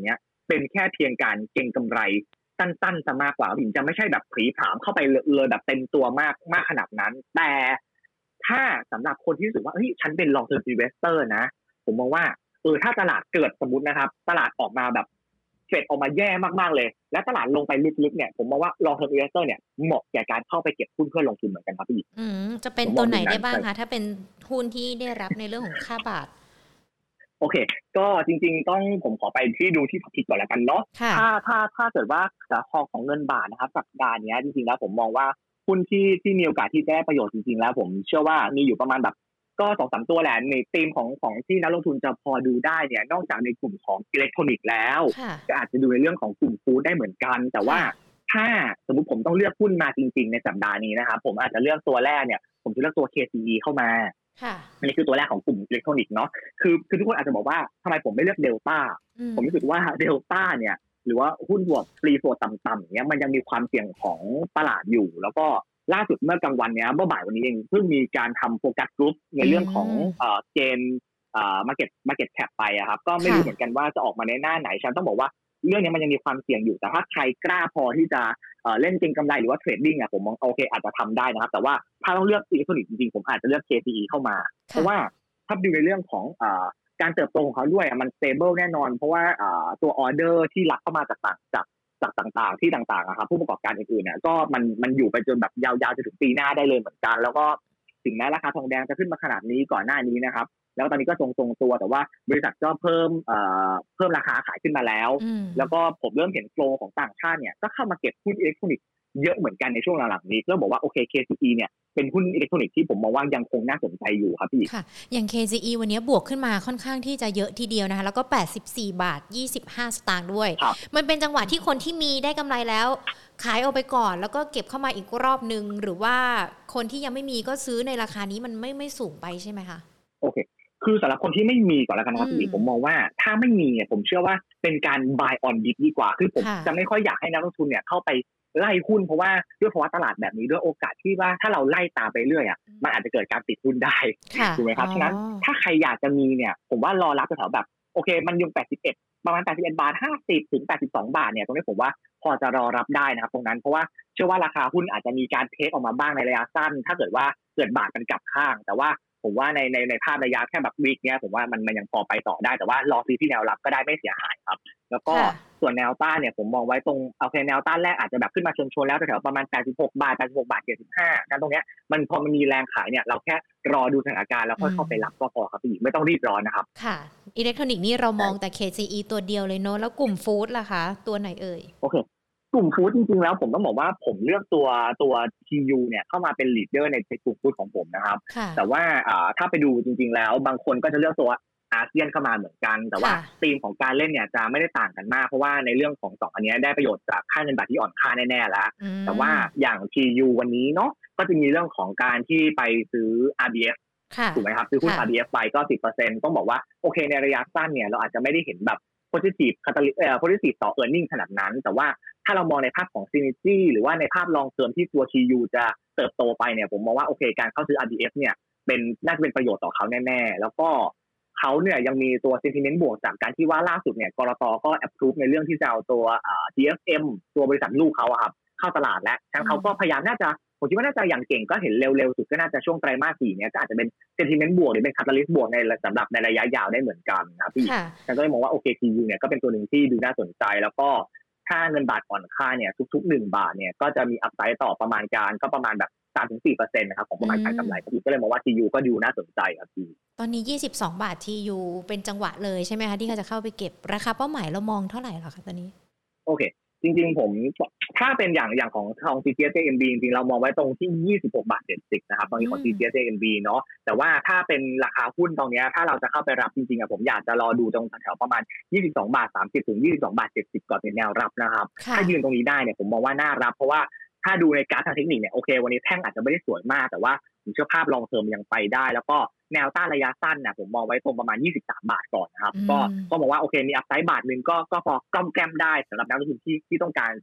เป็นแค่เพียงการเก็งกำไรสั้นๆซะมากกว่าผมจะไม่ใช่แบบผลีผลามเข้าไปเลยแบบเต็มตัวมากมากขนาดนั้นแต่ถ้าสำหรับคนที่รู้สึกว่าเฮ้ยฉันเป็น long term investor นะผมมองว่าเออถ้าตลาดเกิดสมมุตินะครับตลาดออกมาแบบเทรดออกมาแย่มากๆเลยและตลาดลงไปลึกๆเนี่ยผมมองว่า long term investor เนี่ยเหมาะแก่การเข้าไปเก็บหุ้นเพื่อลงทุนเหมือนกันครับพี่อืมจะเป็นตัวไหนได้บ้างคะถ้าเป็นหุ้นที่ได้รับในเรื่องของค่าบาทโอเคก็จริงๆต้องผมขอไปที่ดูที่ท็อปพิกก่อนแล้วกันเนาะถ้าถ้าถ้าเกิดว่าราคาของเงินบาทนะครับสัปดาห์นี้จริงๆแล้วผมมองว่าหุ้นที่ที่มีโอกาสที่จะได้ประโยชน์จริงๆแล้วผมเชื่อว่ามีอยู่ประมาณแบบก็ สองถึงสาม ตัวแหละในธีมของของที่นักลงทุนจะพอดูได้เนี่ยนอกจากในกลุ่มของอิเล็กทรอนิกส์แล้วก็อาจจะดูในเรื่องของกลุ่มฟู้ดได้เหมือนกันแต่ว่าถ้าสมมุติผมต้องเลือกหุ้นมาจริงๆในสัปดาห์นี้นะครับผมอาจจะเลือกตัวแรกเนี่ยผมจะเลือกตัว เค ซี อี เข้ามาอันนี้คือตัวแรกของกลุ่มอิเล็กทรอนิกส์เนาะคือคือทุกคนอาจจะบอกว่าทำไมผมไม่เลือกเดลต้าผมรู้สึกว่าเดลต้าเนี่ยหรือว่าหุ้นบวกฟรีโฟลต์ต่ำๆอย่างเงี้ยมันยังมีความเสี่ยงของตลาดอยู่แล้วก็ล่าสุดเมื่อกลางวันเนี้ยเมื่อบ่ายวันนี้เองเพิ่งมีการทำโฟกัสกรุ๊ปในเรื่องของเอ่อเกณฑ์เอ่อ market market cap ไปอะครับก็ไม่รู้เหมือนกันว่าจะออกมาในหน้าไหนฉันต้องบอกว่าเรื่องนี้มันยังมีความเสี่ยงอยู่แต่ถ้าใครกล้าพอที่จะเอ่อเล่นเก็งกำไรหรือว่าเทรดดิ้งอ่ะผมมองโอเคอาจจะทำได้นะครับแต่ว่าถ้าต้องเลือกอิเล็กทรอนิกส์จริงๆผมอาจจะเลือก เค ซี อี เข้ามาเพราะว่าถ้าดูในเรื่องของเอ่อการเติบโตของเขาด้วยมัน stable แน่นอนเพราะว่าเอ่อตัวออเดอร์ที่รับเข้ามาจากต่างจากจากต่างๆที่ต่างๆนะครับผู้ประกอบการอื่นๆเนี่ยก็มันมันอยู่ไปจนแบบยาวๆจนถึงปีหน้าได้เลยเหมือนกันแล้วก็ถึงแม้ราคาทองแดงจะขึ้นมาขนาดนี้ก่อนหน้านี้นะครับแล้วตอนนี้ก็ทรงๆตัวแต่ว่าบริษัทก็เพิ่มเอ่อเพิ่มราคาขายขึ้นมาแล้วแล้วก็ผมเริ่มเห็นโฟลว์ของต่างชาติเนี่ยก็เข้ามาเก็บหุ้นอิเล็กทรอนิกส์เยอะเหมือนกันในช่วงหลังๆนี้ก็บอกว่าโอเค เค ซี อี เนี่ยเป็นหุ้นอิเล็กทรอนิกส์ที่ผมมองว่ายังคงน่าสนใจอยู่ครับพี่ค่ะอย่าง เค ซี อี วันนี้บวกขึ้นมาค่อนข้างที่จะเยอะทีเดียวนะคะแล้วก็แปดสิบสี่บาทยี่สิบห้าสตางค์ด้วยมันเป็นจังหวะที่คนที่มีได้กำไรแล้วขายออกไปก่อนแล้วก็เก็บเข้ามาอีกรอบนึงหรือว่าคนที่ยังไม่มีก็ซื้อในราคานี้มันไม่ไม่สูงไปใช่ไหมคะโอเคคือสำหรับคนที่ไม่มีก่อนแล้วกันครับพี่ผมมองว่าถ้าไม่มีเนี่ยผมเชื่อว่าเป็นการ buy on dip ดีกว่าคือผมจะไม่ค่อยอยากให้นักลงทุนเนี่ยเข้าไปไล่หุ้นเพราะว่าด้วยภาวะตลาดแบบนี้ด้วยโอกาสที่ว่าถ้าเราไล่ตามไปเรื่อยอ่ะมันอาจจะเกิดการติดหุ้นได้ถูกไหมครับฉะนั้นถ้าใครอยากจะมีเนี่ยผมว่ารอรับแถวแบบโอเคมันยังแปดสิบเอ็ดประมาณแปดสิบเอ็ดบาทห้าสิบถึงแปดสิบสองบาทเนี่ยตรงนี้ผมว่าพอจะรอรับได้นะครับตรงนั้นเพราะว่าเชื่อว่าราคาหุ้นอาจจะมีการเทคออกมาบ้างในระยะสั้นถ้าเกิดว่าเกิดบาทมันกลับข้างแต่ว่าผมว่าในในในภาพระยะแค่แบบวีคเนี้ยผมว่ามันมันยังพอไปต่อได้แต่ว่ารอซื้อที่แนวรับก็ได้ไม่เสียหายครับแล้วก็ส่วนแนวต้านเนี่ยผมมองไว้ตรงโอเคแนวต้านแรกอาจจะแบบขึ้นมาชนๆแล้วแถวๆประมาณแปดสิบหกบาทแปดสิบหกบาทเจ็ดสิบห้างั้นตรงเนี้ยมันพอมันมีแรงขายเนี่ยเราแค่รอดูสถานการณ์แล้วค่อยเข้าไปรับก็พอครับพี่ไม่ต้องรีบร้อนนะครับค่ะอิเล็กทรอนิกส์นี่เรามองแต่ เค ซี อี ตัวเดียวเลยเนาะแล้วกลุ่มฟู้ดล่ะคะตัวไหนเอ่ยโอเคกลุ่มฟู้ดจริงๆแล้วผมต้องบอกว่าผมเลือกตัวตัว ที ยู เนี่ยเข้ามาเป็นลีดเดอร์ในกลุ่มฟู้ดของผมนะครับแต่ว่าถ้าไปดูจริงๆแล้วบางคนก็จะเลือกตัวอาเซียนเข้ามาเหมือนกันแต่ว่าธีมของการเล่นเนี่ยจะไม่ได้ต่างกันมากเพราะว่าในเรื่องของสองอันนี้ได้ประโยชน์จากค่าเงินบาทที่อ่อนค่าแน่ๆแล้วแต่ว่าอย่าง ที ยู วันนี้เนาะก็จะมีเรื่องของการที่ไปซื้อ อาร์ บี เอฟ ถูกไหมครับซื้อหุ้น อาร์ บี เอฟ ไปก็ สิบเปอร์เซ็นต์ ต้องบอกว่าโอเคในระยะสั้นเนี่ยเราอาจจะไม่ได้เห็นแบบ positive catalyst เอ่อ positive ต่อ earning ขนาดนั้นแต่ว่าถ้าเรามองในภาพของ synergy หรือว่าในภาพ long term ที่ตัว ที ยู จะเติบโตไปเนี่ยผมมองว่าโอเคการเข้าซื้อ อาร์ บี เอฟ เนี่ยเป็นน่าจะเป็นประโยชน์ต่อเขาแน่ๆแล้วก็เขาเนี่ยยังมีตัว sentiment บวกจากการที่ว่าล่าสุดเนี่ยกลต.ก็ approve ในเรื่องที่จะเอาตัวอ่า จี เอฟ เอ็ม ตัวบริษัทลูกเขาอะครับเข้าตลาดแล้วฉะนั้นเขาก็พยายามน่าจะผมคิดว่าน่าจะอย่างเก่งก็เห็นเร็วๆสุดก็น่าจะช่วงไตรมาสสี่เนี่ยก็อาจจะเป็น sentiment บวกหรือเป็น catalyst บวกในสำหรับในระยะยาวได้เหมือนกันครับพี่ฉันก็เลยมองว่าโอเค ที ยู เนี่ยก็เป็นตัวหนึ่งที่ดูน่าสนใจแล้วก็ถ้าเงินบาทอ่อนค่าเนี่ยทุกๆหนึ่งบาทเนี่ยก็จะมีอัพไซด์ต่อประมาณการก็ประมาณแบบ สามถึงสี่เปอร์เซ็นต์ นะครับของประมาณการกำไรพี่ก็เลยมองว่า ที ยู ก็ดูน่าสนใจครับพี่ตอนนี้ยี่สิบสองบาท ที ยู เป็นจังหวะเลยใช่ไหมคะที่เขาจะเข้าไปเก็บราคาเป้าหมายเรามองเท่าไหร่หรอคะตอนนี้โอเคจริงๆผมถ้าเป็นอย่างอย่างของทอง ซี จี เอส เอ็ม บี จริงๆเรามองไว้ตรงที่ยี่สิบหกบาทเจ็ดสิบนะครับตรงนี้ของ ซี จี เอส เอ็ม บี เนาะแต่ว่าถ้าเป็นราคาหุ้นตรงนี้ถ้าเราจะเข้าไปรับจริงๆอ่ะผมอยากจะรอดูตรงแถวประมาณยี่สิบสองบาทสามสิบถึงยี่สิบสองบาทเจ็ดสิบก่อนเป็นแนวรับนะครับถ้ายืนตรงนี้ได้เนี่ยผมมองว่าน่ารับเพราะว่าถ้าดูในกราฟทางเทคนิคเนี่ยโอเควันนี้แท่งอาจจะไม่ได้สวยมากแต่ว่าผมเชื่อภาพลองเทอมยังไปได้แล้วก็แนวต้านระยะสั้นนะผมมองไว้ตรงประมาณยี่สิบสามบาทก่อนนะครับก็ก็มองว่าโอเคมีอัพไซด์บาทนึงก็ก็พอกล้อมแก้มได้สำหรับนักลงทุนที่ที่ต้องการจะ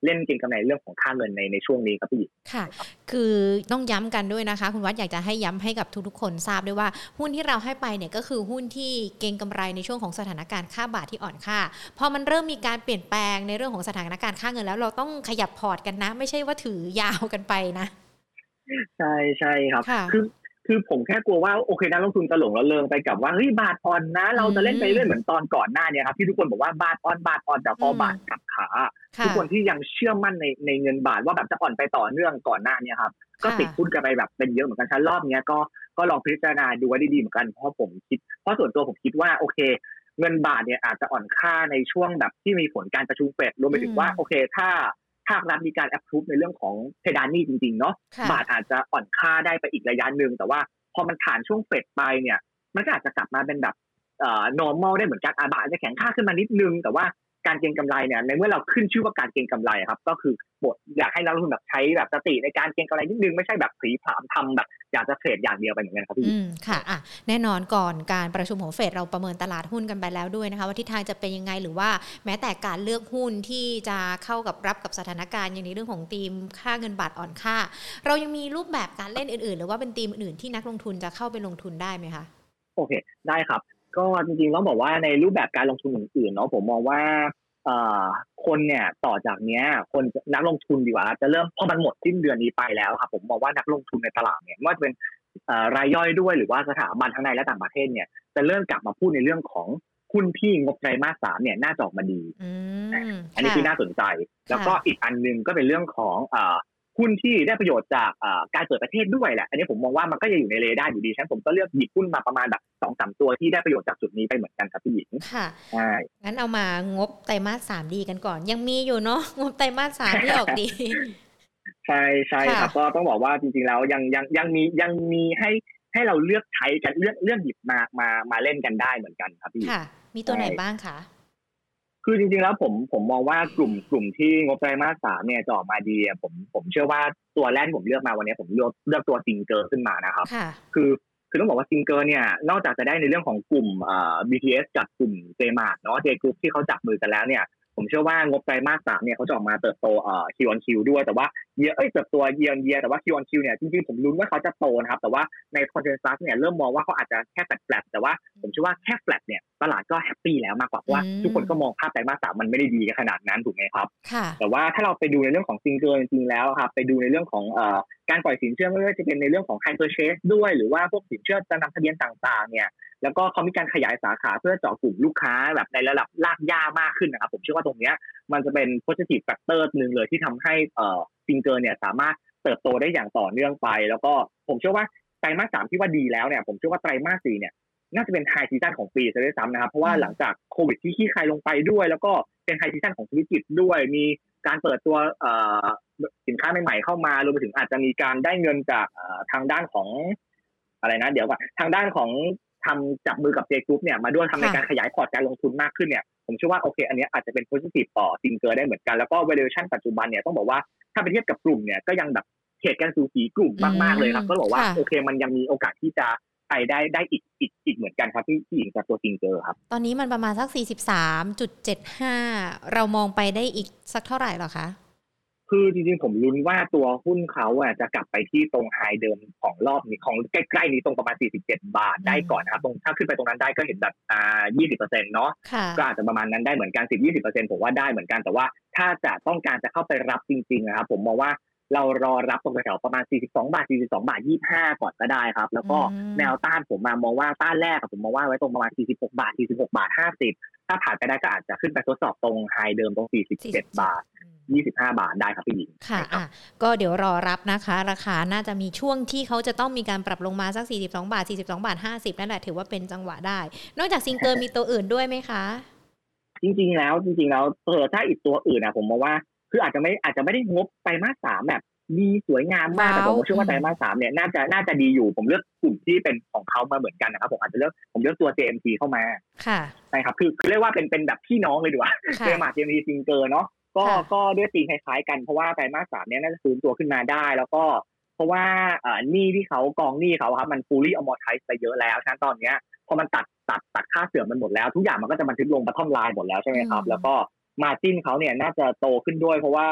เล่นเก็งกำไรเรื่องของค่าเงินในในช่วงนี้ครับพี่ค่ะคือต้องย้ำกันด้วยนะคะคุณวัดอยากจะให้ย้ำให้กับทุกๆคนทราบด้วยว่าหุ้นที่เราให้ไปเนี่ยก็คือหุ้นที่เก็งกำไรในช่วงของสถานการณ์ค่าบาทที่อ่อนค่าพอมันเริ่มมีการเปลี่ยนแปลงในเรื่องของสถานการณ์ค่าเงินแล้วเราต้องขยับพอร์ตกันนะไม่ใช่ว่าถือยาวกันไปนะใช่ใช่ครับคือคือผมแค่กลัวว่าโอเคนักลงทุนจะหลงระเริงไปกับว่าเฮ้ยบาทอ่อนนะเราจะเล่นไปเรื่อยเหมือนตอนก่อนหน้านี้ครับที่ทุกคนบอกว่าบาทอ่อนบาทอ่อนแต่พอบาทกลับขาทุกคนที่ยังเชื่อมั่นในในเงินบาทว่าแบบจะอ่อนไปต่อเนื่องก่อนหน้านี้ครับก็ติดหุ้นกันไปแบบเป็นเยอะเหมือนกันชั้นรอบนี้ก็ก็ลองพิจารณาดูไว้ดีๆเหมือนกันเพราะผมคิดเพราะส่วนตัวผมคิดว่าโอเคเงินบาทเนี่ยอาจจะอ่อนค่าในช่วงแบบที่มีผลการประชุมเฟดรวมไปถึงว่าโอเคถ้าภาครัฐมีการแอปพรูฟในเรื่องของเพดานหนี้จริงๆเนาะบาทอาจจะอ่อนค่าได้ไปอีกระยะนึงแต่ว่าพอมันผ่านช่วงเฟดไปเนี่ยมันก็อาจจะกลับมาเป็นแบบเอ่อ normal ได้เหมือนกันบาทอาจจะแข็งค่าขึ้นมานิดนึงแต่ว่าการเก็งกำไรเนี่ยในเมื่อเราขึ้นชื่อว่าการเก็งกำไรครับก็คือบทอยากให้นักลงทุนแบบใช้แบบสติในการเก็งกำไรนิดนึงไม่ใช่แบบผลีผลามทำแบบอยากจะเทรดอย่างเดียวไปเหมือนกันครับพี่อืมค่ะอ่ะแน่นอนก่อนการประชุมของเฟดเราประเมินตลาดหุ้นกันไปแล้วด้วยนะคะว่าทิศทางจะเป็นยังไงหรือว่าแม้แต่การเลือกหุ้นที่จะเข้ากับรับกับสถานการณ์อย่างในเรื่องของธีมค่าเงินบาทอ่อนค่าเรายังมีรูปแบบการเล่นอื่นๆหรือว่าเป็นธีมอื่นที่นักลงทุนจะเข้าไปลงทุนได้ไหมคะโอเคได้ครับก็จริงๆต้องบอกว่าในรูปแบบการลงทุนอื่นๆเนาะผมมองว่าคนเนี่ยต่อจากนี้คนนักลงทุนดีกว่าจะเริ่มพอมันหมดสิ้นเดือนนี้ไปแล้วครับผมมองว่านักลงทุนในตลาดเนี่ยไม่ว่าจะเป็นรายย่อยด้วยหรือว่าสถาบันทั้งในและต่างประเทศเนี่ยจะเริ่มกลับมาพูดในเรื่องของหุ้นที่งบไตรมาสสามเนี่ยน่าจะออกมาดีอันนี้คือน่าสนใจแล้วก็อีกอันนึงก็เป็นเรื่องของหุ้นที่ได้ประโยชน์จากการเปิดประเทศด้วยแหละอันนี้ผมมองว่ามันก็จะอยู่ในเรดาร์อยู่ดีฉะนั้นผมก็เลือกหยิบหุ้นมาประมาณแบบ สองถึงสาม ตัวที่ได้ประโยชน์จากจุดนี้ไปเหมือนกันครับพี่หญิงค่ะใช่งั้นเอามางบไตรมาสสามดีกันก่อนยังมีอยู่เนาะงบไตรมาสสามที่ออกดีใช่ใช่ครับก็ต้องบอกว่าจริงๆแล้วยังยังยังมียังมีให้ให้เราเลือกใช้กันเลือกเลือกหยิบมามามาเล่นกันได้เหมือนกันครับพี่ค่ะมีตัวไหนบ้างคะคือจริงๆแล้วผมผมมองว่ากลุ่มกลุ่มที่งบไตรมาสสามเนี่ยจะออกมาดีผมผมเชื่อว่าตัวแรกผมเลือกมาวันนี้ผมเลือกเลือกตัวซิงเกอร์ขึ้นมานะครับคือคือต้องบอกว่าซิงเกอร์เนี่ยนอกจากจะได้ในเรื่องของกลุ่มเอ่อ บี ที เอส กับกลุ่ม เจ มาร์ท เนาะ J Group ที่เขาจับมือกันแล้วเนี่ยผมเชื่อว่างบไตรมาสสามเนี่ยเขาจะออกมาเติบโตเอ่อ Q on Q ด้วยแต่ว่าเยอะเอ้ยเติบโต Year on Year แต่ว่า Q on Q เนี่ยจริงๆผมลุ้นว่าเขาจะโตนะครับแต่ว่าใน Consensus เนี่ยเริ่มมองว่าเขาอาจจะแค่แฟลตๆแต่ว่าผมเชื่อว่าแค่แฟลตเนี่ยตลาดก็แฮปปี้แล้วมากกว่าเพราะว่าทุกคนก็มองภาพไตรมาสสามมันไม่ได้ดีขนาดนั้นถูกไหมครับแต่ว่าถ้าเราไปดูในเรื่องของซิงเกิลจริงๆแล้วครับไปดูในเรื่องของเอ่อการปล่อยสินเชื่อไม่ว่าจะเป็นในเรื่องของ High Purchase ด้วยหรือว่าพวกสินเชื่อจะนำทะเบียนต่างๆเนี่ยแล้วก็เขามีการขยายสาขาเพื่อเจาะกลุ่มลูกค้าแบบในระดับรากหญ้ามากขึ้นนะครับผมเชื่อว่าตรงนี้มันจะเป็น positive factor นึงเลยที่ทำให้เอ่อซิงเกิลเนี่ยสามารถเติบโตได้อย่างต่อเนื่องไปแล้วก็ผมเชื่อว่าไตรมาสสามที่ว่าดีแล้วเนี่ยผมเชื่อว่าไตรมาสสี่เนี่ยน่าจะเป็นไฮซีซั่นของปีซะด้วยซ้ำนะครับเพราะว่าหลังจากโควิดที่คลี่คลายลงไปด้วยแล้วก็เป็นไฮซีซั่นของธุรกิจด้วยมีการเปิดตัวเอ่อสินค้าใหม่ๆเข้ามารวมไปถึงอาจจะมีการได้เงินจากทางด้านของอะไรนะเดี๋ยวก่อนทางด้านของทำจับมือกับ J Group เนี่ยมาด้วยทำในการขยายพอร์ตการลงทุนมากขึ้นเนี่ยผมเชื่อว่าโอเคอันนี้อาจจะเป็น positive ต่อซิงเกิลได้เหมือนกันแล้วก็ valuation ปัจจุบันเนี่ยต้องบอกว่าถ้าไปเทียบกับกลุ่มเนี่ยก็ยังแบบเทรดกันสูสีกลุ่มมากๆเลยครับก็บอกว่าโอเคมันยังมีโอกาสที่จะไปได้ได้อีกอีกอีกเหมือนกันครับที่ที่หญิงกับตัวซิงเกิลครับตอนนี้มันประมาณสัก สี่สิบสามจุดเจ็ดห้า เรามองไปได้อีกสักเท่าไหร่หรอคะคือจริงๆผมลุ้นว่าตัวหุ้นเขาอ่ะจะกลับไปที่ตรงไฮเดิมของรอบนี้ของใกล้ๆนี้ตรงประมาณสี่สิบเจ็ดบาทได้ก่อนนะครับตรงถ้าขึ้นไปตรงนั้นได้ก็เห็นแบบอ่า ยี่สิบเปอร์เซ็นต์ เนาะก็อาจจะประมาณนั้นได้เหมือนกัน สิบถึงยี่สิบเปอร์เซ็นต์ ผมว่าได้เหมือนกันแต่ว่าถ้าจะต้องการจะเข้าไปรับจริงๆนะครับผมมองว่าเรารอรับตรงแถวประมาณสี่สิบสองบาทสี่สิบสองบาทยี่สิบห้าก่อนก็ได้ครับแล้วก็แนวต้านผมมามองว่าต้านแรกผมมองว่าไว้ตรงประมาณสี่สิบหกบาทสี่สิบหกบาทห้าสิบถ้าผ่านไปได้ก็อาจจะขึ้นไปทดสอบตรงไฮเดิมตรงสี่สิบเจ็ดบาทยี่สิบห้าบาทได้ครับพี่หญิงค่ะอ่ะก็เดี๋ยวรอรับนะคะราคาน่าจะมีช่วงที่เขาจะต้องมีการปรับลงมาสักสี่สิบสองบาทสี่สิบสองบาทห้าสิบนั่นแหละถือว่าเป็นจังหวะได้นอกจากซิงเกิลมีตัวอื่นด้วยไหมคะจริงๆแล้วจริงๆแล้วเออถ้าอีกตัวอื่นนะผมมองว่าคืออาจจะไม่อาจจะไม่ได้งบไตรมาสสามแบบดีสวยงามมากแต่ผมเชื่อว่าไตรมาสสามเนี่ยน่าจะน่าจะดีอยู่ผมเลือกกลุ่มที่เป็นของเขามาเหมือนกันนะครับผมอาจจะเลือกผมเลือกตัว เจ เอ็ม ที เข้ามาค่ะใช่ครับคือคือเรียกว่าเป็นเป็นแบบพี่น้องเลยดีกว่าเจ มาร์ท เจ เอ็ม ที ซิงเกิลเนาะก็ก็ด้วยตีคล้ายๆกันเพราะว่าไตรมาสสามเนี่ยน่าจะฟื้นตัวขึ้นมาได้แล้วก็เพราะว่าเอ่อหนี้ที่เขากองหนี้เขาครับมัน fully amortize ไปเยอะแล้วฉะนั้นตอนเนี้ยพอมันตัดตัดตัดค่าเสื่อมมันหมดแล้วทุกอย่างมันก็จะบันทึกลง bottom line หมดแล้วใช่ไหมครับแล้วก็ margin เขาเนี่ยน่าจะโตขึ้นด้วยเพราะว่า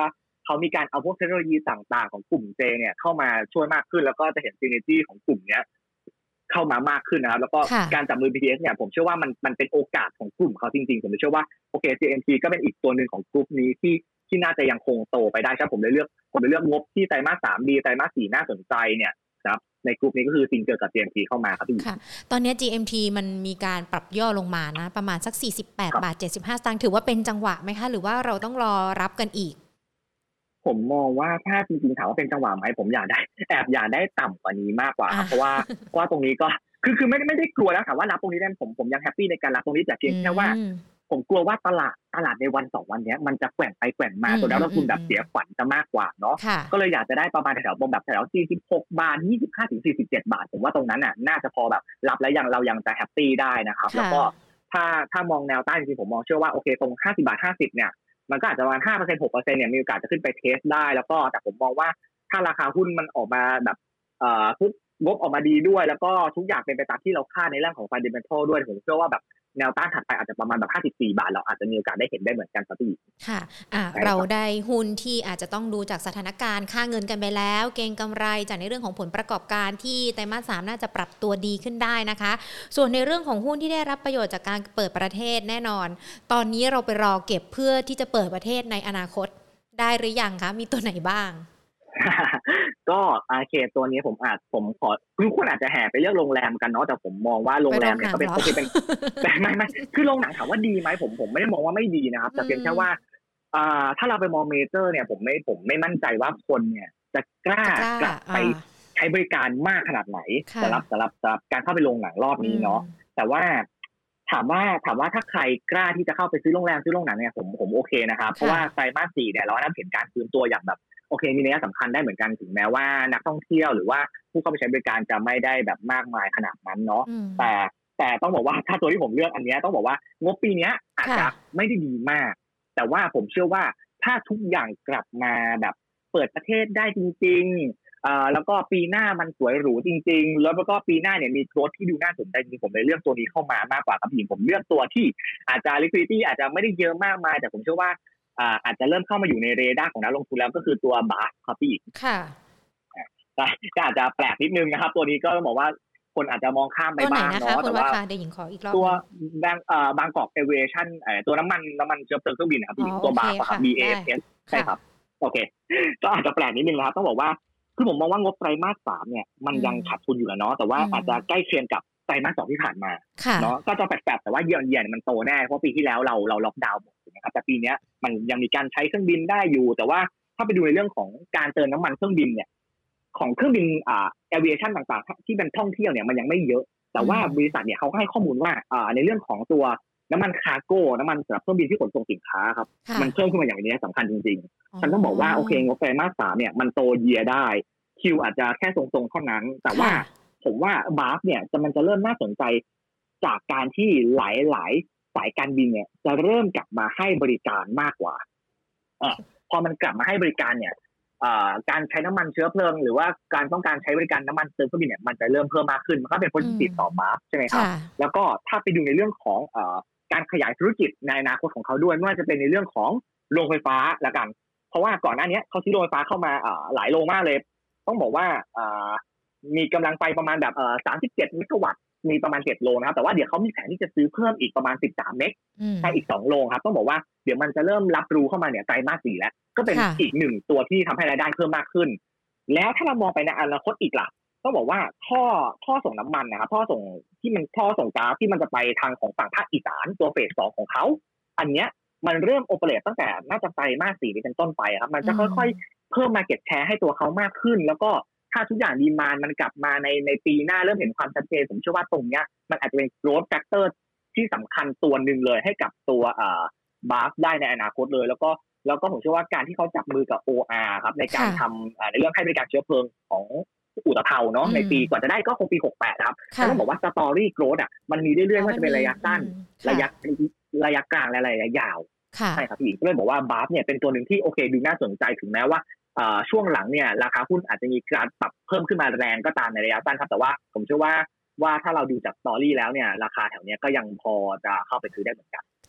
เขามีการเอาพวกเทคโนโลยีต่างๆของกลุ่ม J เนี่ยเข้ามาช่วยมากขึ้นแล้วก็จะเห็น synergy ของกลุ่มเนี้ยเข้ามามากขึ้นนะครับแล้วก็การจับมือ บี ที เอส เนี่ยผมเชื่อว่ามันมันเป็นโอกาสของกลุ่มเขาจริงๆผมเชื่อว่าโอเค เจ เอ็ม ที ก็เป็นอีกตัวนึงของกลุ่มนี้ที่ที่น่าจะยังคงโตไปได้ครับผมเลยเลือกผมเลยเลือกงบที่ไตรมาสสามดีไตรมาสสี่น่าสนใจเนี่ยครับในกลุ่มนี้ก็คือซิงเกิลกับ เจ เอ็ม ที เข้ามาครับพี่ค่ะตอนนี้ จี เอ็ม ที มันมีการปรับย่อลงมานะประมาณสักสี่สิบแปดบาทเจ็ดสิบห้าสตางค์ถือว่าเป็นจังหวะไหมคะหรือว่าเราต้องรอรับกันอีกผมมองว่าถ้าจริงๆถามว่าเป็นจังหวะไหมผมอยากได้แอบอยากได้ต่ำกว่านี้มากกว่าเพราะว่าเพราะว่าตรงนี้ก็คือคือไม่ได้ไม่ได้กลัวแล้วค่ะว่ารับตรงนี้ได้ผมผมยังแฮปปี้ในการรับตรงนี้แต่เพียงแค่ว่าผมกลัวว่าตลาดตลาดในวันสองวันนี้มันจะแกว่งไปแกว่งมาตัวแล้วลงทุนแบบเสียขวัญจะมากกว่าเนาะก็เลยอยากจะได้ประมาณแถวๆแบบแถวสี่สิบหกบาทยี่สิบห้าถึงสี่สิบเจ็ดบาทผมว่าตรงนั้นน่ะน่าจะพอแบบรับแล้วยังเรายังจะแฮปปี้ได้นะครับแล้วก็ถ้าถ้ามองแนวต้านจริงๆผมมองเชื่อว่าโอเคตรงห้าสิบบาทห้าสิบเนี่ยมันก็อาจจะประมาณ ห้าเปอร์เซ็นต์ หกเปอร์เซ็นต์ เนี่ยมีโอกาสจะขึ้นไปเทสได้แล้วก็แต่ผมมองว่าถ้าราคาหุ้นมันออกมาแบบเอ่อทุกงบออกมาดีด้วยแล้วก็ทุกอย่างเป็นไปตามที่เราคาดในเรื่องของ fundamental ด้วยผมเชื่อว่าแบบแนวต้านถัดไปอาจจะประมาณแบบห้าสิบสี่บาทเราอาจจะมีโอกาสได้เห็นได้เหมือนกันครับพี่ค่ะอ่ะเราได้หุ้นที่อาจจะต้องดูจากสถานการณ์ค่าเงินกันไปแล้วเก็งกำไรจากในเรื่องของผลประกอบการที่ไตรมาสสามน่าจะปรับตัวดีขึ้นได้นะคะส่วนในเรื่องของหุ้นที่ได้รับประโยชน์จากการเปิดประเทศแน่นอนตอนนี้เราไปรอเก็บเพื่อที่จะเปิดประเทศในอนาคตได้หรือยังคะมีตัวไหนบ้างก็โอเคตัวนี้ผมอาจผมขอทุกคนอาจจะแห่ไปเลือกโรงแรมกันเนาะแต่ผมมองว่าโรงแรมเนี่ยก็เป็นโอเคเป็นแต่ไม่ไม่คือโรงหนังถามว่าดีไหมผมผมไม่ได้มองว่าไม่ดีนะครับแต่เพียงแค่ว่าอ่าถ้าเราไปมองเมเจอร์เนี่ยผมไม่ผมไม่มั่นใจว่าคนเนี่ยจะกล้ากลับไปใช้บริการมากขนาดไหนสำหรับสำหรับสำหรับการเข้าไปโรงหนังรอบนี้เนาะแต่ว่าถามว่าถามว่าถ้าใครกล้าที่จะเข้าไปซื้อโรงแรมซื้อโรงหนังเนี่ยผมผมโอเคนะครับเพราะว่าไตรมาสสี่เนี่ยเราได้เห็นการฟื้นตัวอย่างแบบโอเคมีนัยสำคัญได้เหมือนกันถึงแม้ว่านักท่องเที่ยวหรือว่าผู้เข้าไปใช้บริการจะไม่ได้แบบมากมายขนาดนั้นเนาะแต่แต่ต้องบอกว่าถ้าตัวที่ผมเลือกอันนี้ต้องบอกว่างบปีนี้อาจจะไม่ได้ดีมากแต่ว่าผมเชื่อว่าถ้าทุกอย่างกลับมาแบบเปิดประเทศได้จริงๆอ่าแล้วก็ปีหน้ามันสวยหรูจริงๆแล้วก็ปีหน้าเนี่ยมีโกรธที่ดูน่าสนใจจริงผมเลยเลือกตัวนี้เข้ามามากกว่าครับพี่ผมเลือกตัวที่อาจจะ liquidity อาจจะไม่ได้เยอะมากมายแต่ผมเชื่อว่าอ่าอาจจะเริ่มเข้ามาอยู่ในเรดาร์ของนักลงทุนแล้วก็คือตัวบาสครับพี่ค่ะแต่ก็อาจจะแปลกนิดนึงนะครับตัวนี้ก็ต้องบอกว่าคนอาจจะมองข้ามไปบ้างเนาะแต่ว่าตัวบางเอ่อบางกอกเอเวชั่นเอ่อตัวน้ำมันน้ำมันเชื้อเพลิงเครื่องบินนะครับพี่ตัวบาสครับ บี เอ เอส ใช่ครับโอเคก็อาจจะแปลกนิดนึงนะครับต้องบอกว่าคือผมมองว่างบไตรมาสสามเนี่ยมันยังขาดทุนอยู่แล้วเนาะแต่ว่าอาจจะใกล้เคียงกับไตรมาสสองที่ผ่านมาเนาะก็จะแปลกๆแต่ว่าเยียร์เยียร์มันโตแน่เพราะปีที่แล้วเราเราล็อกดาวน์หมดนะครับแต่ปีนี้มันยังมีการใช้เครื่องบินได้อยู่แต่ว่าถ้าไปดูในเรื่องของการเติมน้ำมันเครื่องบินเนี่ยของเครื่องบินอ่าแอวิเอชั่นต่างๆที่เป็นท่องเที่ยวเนี่ยมันยังไม่เยอะแต่ว่าบริษัทเนี่ยเขาให้ข้อมูลว่าอ่าในเรื่องของตัวน้ำมันคาร์โก้น้ำมันสำหรับเครื่องบินที่ขนส่งสินค้าครับมันเพิ่มขึ้นมาอย่างนี้สำคัญจริงๆฉันต้องบอกว่าโอเคงบไตรมาสสามเนี่ยมันโตเยียร์ได้คิวอาจจะแค่ทรงๆเท่านั้นแต่ว่าผมว่าบาฟเนี่ยจะมันจะเริ่มน่าสนใจจากการที่หลายๆสายการบินเนี่ยจะเริ่มกลับมาให้บริการมากกว่าอ่าพอมันกลับมาให้บริการเนี่ยอ่าการใช้น้ำมันเชื้อเพลิงหรือว่าการต้องการใช้บริการน้ำมันเติมเครื่องบินเนี่ยมันจะเริ่มเพิ่มมากขึ้นมันก็เป็นโพซิทีฟต่อบาฟใช่ไหมครับแล้วก็ถ้าไปดูในเรื่องของอ่าการขยายธุรกิจในอนาคตของเขาด้วยไม่ว่าจะเป็นในเรื่องของโรงไฟฟ้าละกันเพราะว่าก่อนหน้านี้เขาซื้อโรงไฟฟ้าเข้ามาอ่าหลายโรงมากเลยต้องบอกว่าอ่ามีกำลังไฟประมาณแบบเอ่อสามสิบเจ็ดเมกะวัตต์มีประมาณเจ็ดโรงนะครับแต่ว่าเดี๋ยวเขามีแผนที่จะซื้อเพิ่มอีกประมาณสิบสามเมกใช่อีกสองโรงครับต้องบอกว่าเดี๋ยวมันจะเริ่มรับรู้เข้ามาเนี่ยไตรมาสสี่แล้วก็เป็นอีกหนึ่งตัวที่ทำให้รายได้เพิ่มมากขึ้นแล้วถ้าเรามองไปในอนาคตอีกล่ะต้องบอกว่าท่อท่อส่งน้ำมันนะครับท่อส่งที่มันท่อส่งก๊าซที่มันจะไปทางของฝั่งภาคอีสานตัวเฟสสองของเขาอันเนี้ยมันเริ่มโอเปเรตตั้งแต่น่าจะไตรมาสสี่เป็นต้นไปครับมันจะค่อยๆเพิ่มมาร์เก็ตแชร์ให้ตัวเขามากขึ้นแล้วก็ถ้าทุกอย่างดีมานด์มันกลับมาในในปีหน้าเริ่มเห็นความชัดเจนผมเชื่อว่าตรงเนี้ยมันอาจจะเป็น growth factor ที่สำคัญตัวหนึ่งเลยให้กับตัวอ่าบาฟได้ในอนาคตเลยแล้วก็แล้วก็ผมเชื่อว่าการที่เขาจับมือกับ โอ อาร์ ครับในการทำในเรื่องให้บริการเชื้อเพลิงของอุตภาวเนาะในปีกว่าจะได้ก็คงปีหกสิบแปดครับต้องบอกว่า story growth อ่ะมันมีเรื่อยๆว่าจะเป็นระยะสั้นระยะระยะกลางและระยะยาวใช่ครับพี่ก็เลยบอกว่าบาฟเนี่ยเป็นตัวหนึ่งที่โอเคดูน่าสนใจถึงแม้ว่าช่วงหลังเนี่ยราคาหุ้นอาจจะมีการปรับเพิ่มขึ้นมาแรงก็ตามในระยะสั้นครับแต่ว่าผมเชื่อว่าว่าถ้าเราดูจากสตอรี่แล้วเนี่ยราคาแถวเนี้ยก็ยังพอจะเข้าไปซื้อได้เหมือนกัน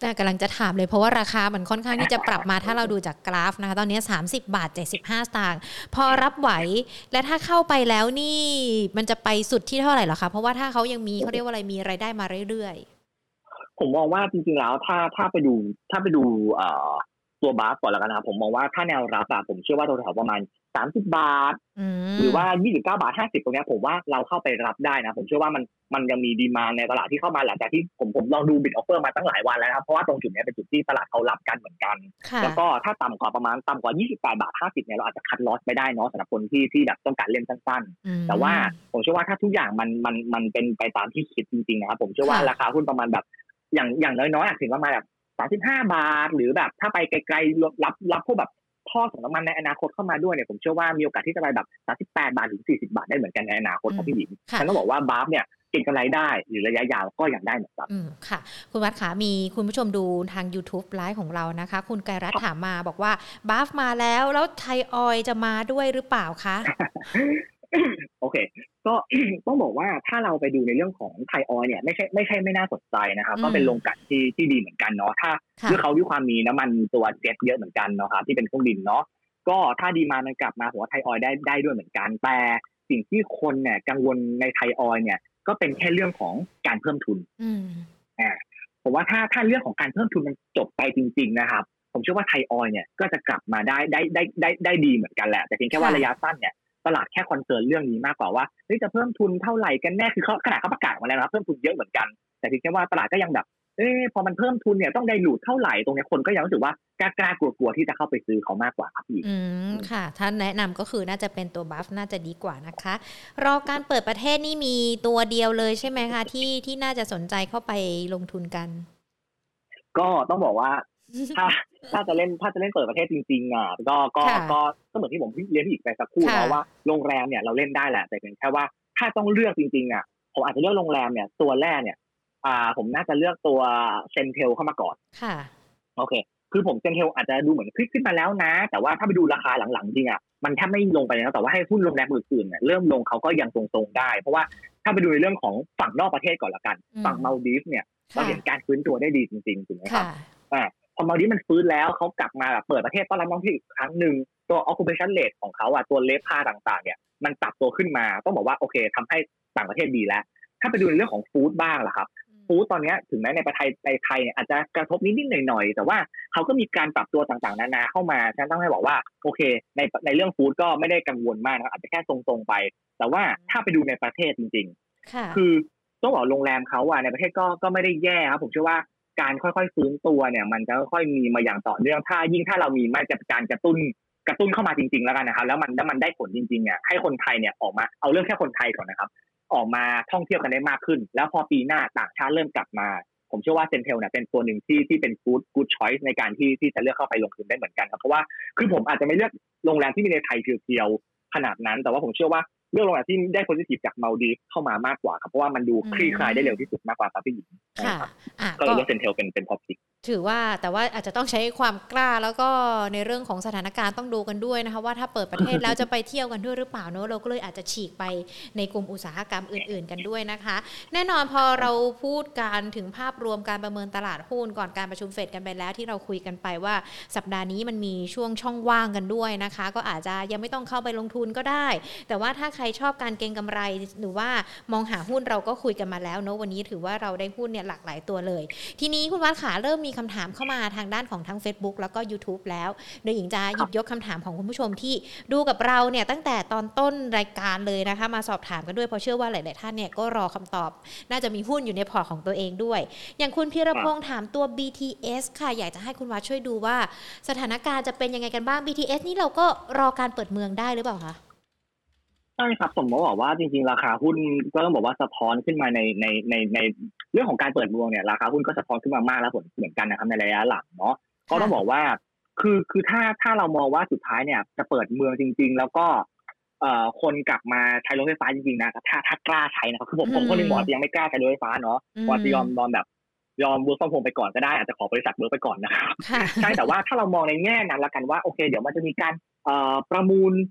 แต่กำลังจะถามเลยเพราะว่าราคามันค่อนข้างที่จะปรับมาถ้าเราดูจากกราฟนะคะตอนนี้สามสิบบาทเจ็ดสิบห้าสตางค์พอรับไหวและถ้าเข้าไปแล้วนี่มันจะไปสุดที่เท่าไหร่หรอคะเพราะว่าถ้าเขายังมีเขาเรียกว่าอะไรมีรายได้มาเรื่อยๆผมมองว่าจริงๆแล้วถ้าถ้าไปดูถ้าไปดูเอ่อตัวบาฟก่อนแล้วกันนะครับผมมองว่าถ้าแนวรับอะผมเชื่อว่าตัวแถวประมาณสามสิบบาทหรือว่ายี่สิบเก้าบาทห้าสิบตรงนี้ผมว่าเราเข้าไปรับได้นะผมเชื่อว่ามันมันยังมีดีมานด์ในตลาดที่เข้ามาหลังจากที่ผมผมลองดูบิดออฟเฟอร์มาตั้งหลายวันแล้วนะครับเพราะว่าตรงจุดนี้เป็นจุดที่ตลาดเขารับกันเหมือนกันแล้วก็ถ้าต่ำกว่าประมาณต่ำกว่ายี่สิบแปดบาทห้าสิบเนี่ยเราอาจจะคัทลอสไม่ได้เนาะสำหรับคนที่ที่แบบต้องการเล่นสั้นๆแต่ว่าผมเชื่อว่าถ้าทุกอย่างมันมันมันเป็นไปตามที่คิดจริงๆนะครับผมเชื่อว่าราคาหุ้นประมาณแบบอย่างอย่างน้อยๆอาจถึงประมาณแบบสามสิบห้าบาทหรือแบบถ้าไปไกลๆรับรับพวกแบบท่อส่งน้ำมันในอนาคตเข้ามาด้วยเนี่ยผมเชื่อว่ามีโอกาสที่จะไปแบบสามสิบแปดบาทถึงสี่สิบบาทได้เหมือนกันในอนาคตครับพี่หญิงฉันต้องบอกว่าบาฟเนี่ยเก็งกำไรได้หรือระยะยาวก็ยังได้เหมือนกันอืมค่ะคุณวัดขามีคุณผู้ชมดูทาง YouTube ไลฟ์ของเรานะคะคุณไกรรัตน์ถามมาบอกว่าบาฟมาแล้วแล้วไทยออยล์จะมาด้วยหรือเปล่าคะโอเคก็ต้องบอกว่าถ้าเราไปดูในเรื่องของไทยออยล์เนี่ยไม่ใช่ไม่ใช่ไม่น่าสนใจนะครับก็เป็นโรงกลั่นที่ที่ดีเหมือนกันเนาะถ้าด้วยเขาด้วยความมีน้ำมันตัวเจ็ตเยอะเหมือนกันเนาะครับที่เป็นเครื่องบินเนาะก็ถ้าดีมามันกลับมาหัวไทยออยล์ได้ได้ด้วยเหมือนกันแต่สิ่งที่คนเนี่ยกังวลในไทยออยล์เนี่ยก็เป็นแค่เรื่องของการเพิ่มทุนอ่าผมว่าถ้าถ้าเรื่องของการเพิ่มทุนมันจบไปจริงๆนะครับผมเชื่อว่าไทยออยล์เนี่ยก็จะกลับมาได้ได้ได้ได้ได้ดีเหมือนกันแหละแต่เพียงแค่ว่าระยะสั้นเนี่ยตลาดแค่คอนเซิร์นเรื่องนี้มากกว่าว่าเฮ้ยจะเพิ่มทุนเท่าไหร่กันแน่คือเขาขนาดเขาประกาศมาแล้วนะเพิ่มทุนเยอะเหมือนกันแต่เพียงแค่ว่าตลาดก็ยังแบบเอ๊ะพอมันเพิ่มทุนเนี่ยต้องได้หลุดเท่าไหร่ตรงนี้คนก็ยังรู้สึกว่ากล้าๆกลัวๆที่จะเข้าไปซื้อเขามากกว่าครับพี่อืมค่ะท่านแนะนำก็คือน่าจะเป็นตัวบัฟน่าจะดีกว่านะคะรอการเปิดประเทศนี่มีตัวเดียวเลยใช่ไหมคะที่ที่น่าจะสนใจเข้าไปลงทุนกันก็ต้องบอกว่าถ้าถ้าจะเล่นถ้าจะเล่นเปิดประเทศจริงๆอ่ะก็ก็ก็ก็เหมือนที่ผมเรียนพี่อีกไปสักครู่นะว่าโรงแรมเนี่ยเราเล่นได้แหละแต่เพียงแค่ว่าถ้าต้องเลือกจริงๆอ่ะผมอาจจะเลือกโรงแรมเนี่ยตัวแรกเนี่ยอ่าผมน่าจะเลือกตัวเซนเทลเข้ามาก่อนค่ะโอเคคือผมเซนเทลอาจจะดูเหมือนขึ้นขึ้นมาแล้วนะแต่ว่าถ้าไปดูราคาหลังๆจริงอ่ะมันแทบไม่ลงไปแล้วแต่ว่าให้หุ้นโรงแรมอื่นๆเนี่ยเริ่มลงเขาก็ยังทรงๆได้เพราะว่าถ้าไปดูในเรื่องของฝั่งนอกประเทศก่อนละกันฝั่งมาลดีฟเนี่ยเราเห็นการฟื้นตัวได้ดีจริงๆถูกไหมครับอ่าพอมาดีมันฟื้นแล้วเขากลับมาแบบเปิดประเทศต้อนรับนักท่องเที่ยวอีกครั้งหนึ่งตัว occupation rate ของเขาอ่ะตัวเลฟค่าต่างๆเนี่ยมันปรับตัวขึ้นมาต้องบอกว่าโอเคทำให้ต่างประเทศดีแล้วถ้าไปดูในเรื่องของฟู้ดบ้างล่ะครับฟู้ดตอนนี้ถึงแม้ในประเทศในไทยเนี่ยอาจจะกระทบนิดๆหน่อยๆแต่ว่าเขาก็มีการปรับตัวต่างๆนานาเข้ามาฉันต้องให้บอกว่าโอเคในในเรื่องฟู้ดก็ไม่ได้กังวลมากนะอาจจะแค่ทรงๆไปแต่ว่าถ้าไปดูในประเทศจริงๆคือต้องบอกโรงแรมเขาอ่ะในประเทศก็ก็ไม่ได้แย่ครับผมเชื่อว่าการค่อยๆฟื้นตัวเนี่ยมันจะค่อยๆมีมาอย่างต่อเนื่องถ้ายิ่งถ้าเรามีมาจากการกระตุ้นกระตุ้นเข้ามาจริงๆแล้วกันนะครับแล้วมันแล้วมันได้ผลจริงๆอ่ะให้คนไทยเนี่ยออกมาเอาเรื่องแค่คนไทยก่อนนะครับออกมาท่องเที่ยวกันได้มากขึ้นแล้วพอปีหน้าต่างชาติเริ่มกลับมาผมเชื่อว่าเซนเทลเนี่ยเป็นตัวหนึ่งที่ที่เป็น good good choice ในการที่ที่จะเลือกเข้าไปลงทุนได้เหมือนกันครับเพราะว่าคือผมอาจจะไม่เลือกโรงแรมที่มีในไทยเพียวๆขนาดนั้นแต่ว่าผมเชื่อว่าเรื่องโรงแรมที่ได้ positive จากมาลดีฟเข้ามามากกว่าครับเพราะว่ามันดูคลี่คลายได้เร็วที่สุดมากกว่าครับพี่หญิงค่ะก็เลยเลือกเซนเทลเป็นเป็นท็อปพิกถือว่าแต่ว่าอาจจะต้องใช้ความกล้าแล้วก็ในเรื่องของสถานการณ์ต้องดูกันด้วยนะคะว่าถ้าเปิดประเทศแล้วจะไปเที่ยวกันด้วยหรือเปล่าเนอะเราก็เลยอาจจะฉีกไปในกลุ่มอุตสาหกรรมอื่นๆกันด้วยนะคะแน่นอนพอเราพูดการถึงภาพรวมการประเมินตลาดหุ้นก่อนการประชุมเฟดกันไปแล้วที่เราคุยกันไปว่าสัปดาห์นี้มันมีช่วงช่องว่างกันด้วยนะคะก็อาจจะยังไม่ต้องเข้าไปลงทุนก็ได้แต่ว่าถ้าใครชอบการเก็งกำไรหรือว่ามองหาหุ้นเราก็คุยกันมาแล้วเนอะวันนี้ถือว่าเราได้หุ้นเนี่ยหลากหลายตัวเลยทีนี้คุณวัดขาเริ่มมีคำถามเข้ามาทางด้านของทั้ง Facebook แล้วก็ YouTube แล้วโดยหญิงจะหยิบยกคำถามของคุณผู้ชมที่ดูกับเราเนี่ยตั้งแต่ตอนต้นรายการเลยนะคะมาสอบถามกันด้วยเพราะเชื่อว่าหลายๆท่านเนี่ยก็รอคำตอบน่าจะมีหุ้นอยู่ในพอร์ตของตัวเองด้วยอย่างคุณพีรพงษ์ถามตัว บี ที เอส ค่ะอยากจะให้คุณวัดช่วยดูว่าสถานการณ์จะเป็นยังไงกันบ้าง บี ที เอส นี่เราก็รอการเปิดเมืองได้หรือเปล่าคะใช่ครับผมบอกว่าจริงๆราคาหุ้นก็ต้องบอกว่าสะท้อนขึ้นมาในในในในเรื่องของการเปิดเมืองเนี่ยราคาหุ้นก็สะท้อนขึ้นมามากแล้วเหมือนกันนะครับในระยะหลังเนาะก็ต้องบอกว่าคือคือถ้าถ้าเรามองว่าสุดท้ายเนี่ยจะเปิดเมืองจริงๆแล้วก็เอ่อคนกลับมาใช้รถไฟฟ้าจริงๆนะถ้าถ้ากล้าใช้นะครับคือผมผมคนนึงบอกยังไม่กล้าใช้รถไฟฟ้าเนาะว่าจะยอมยอมแบบยอม work from home ไปก่อนก็ได้อาจจะขอบริษัทเวิร์กไปก่อนนะครับใช่แต่ว่าถ้าเรามองในแง่นั้นละกันว่าโอเคเดี๋ยวมันจะมีการเอ่อประมูล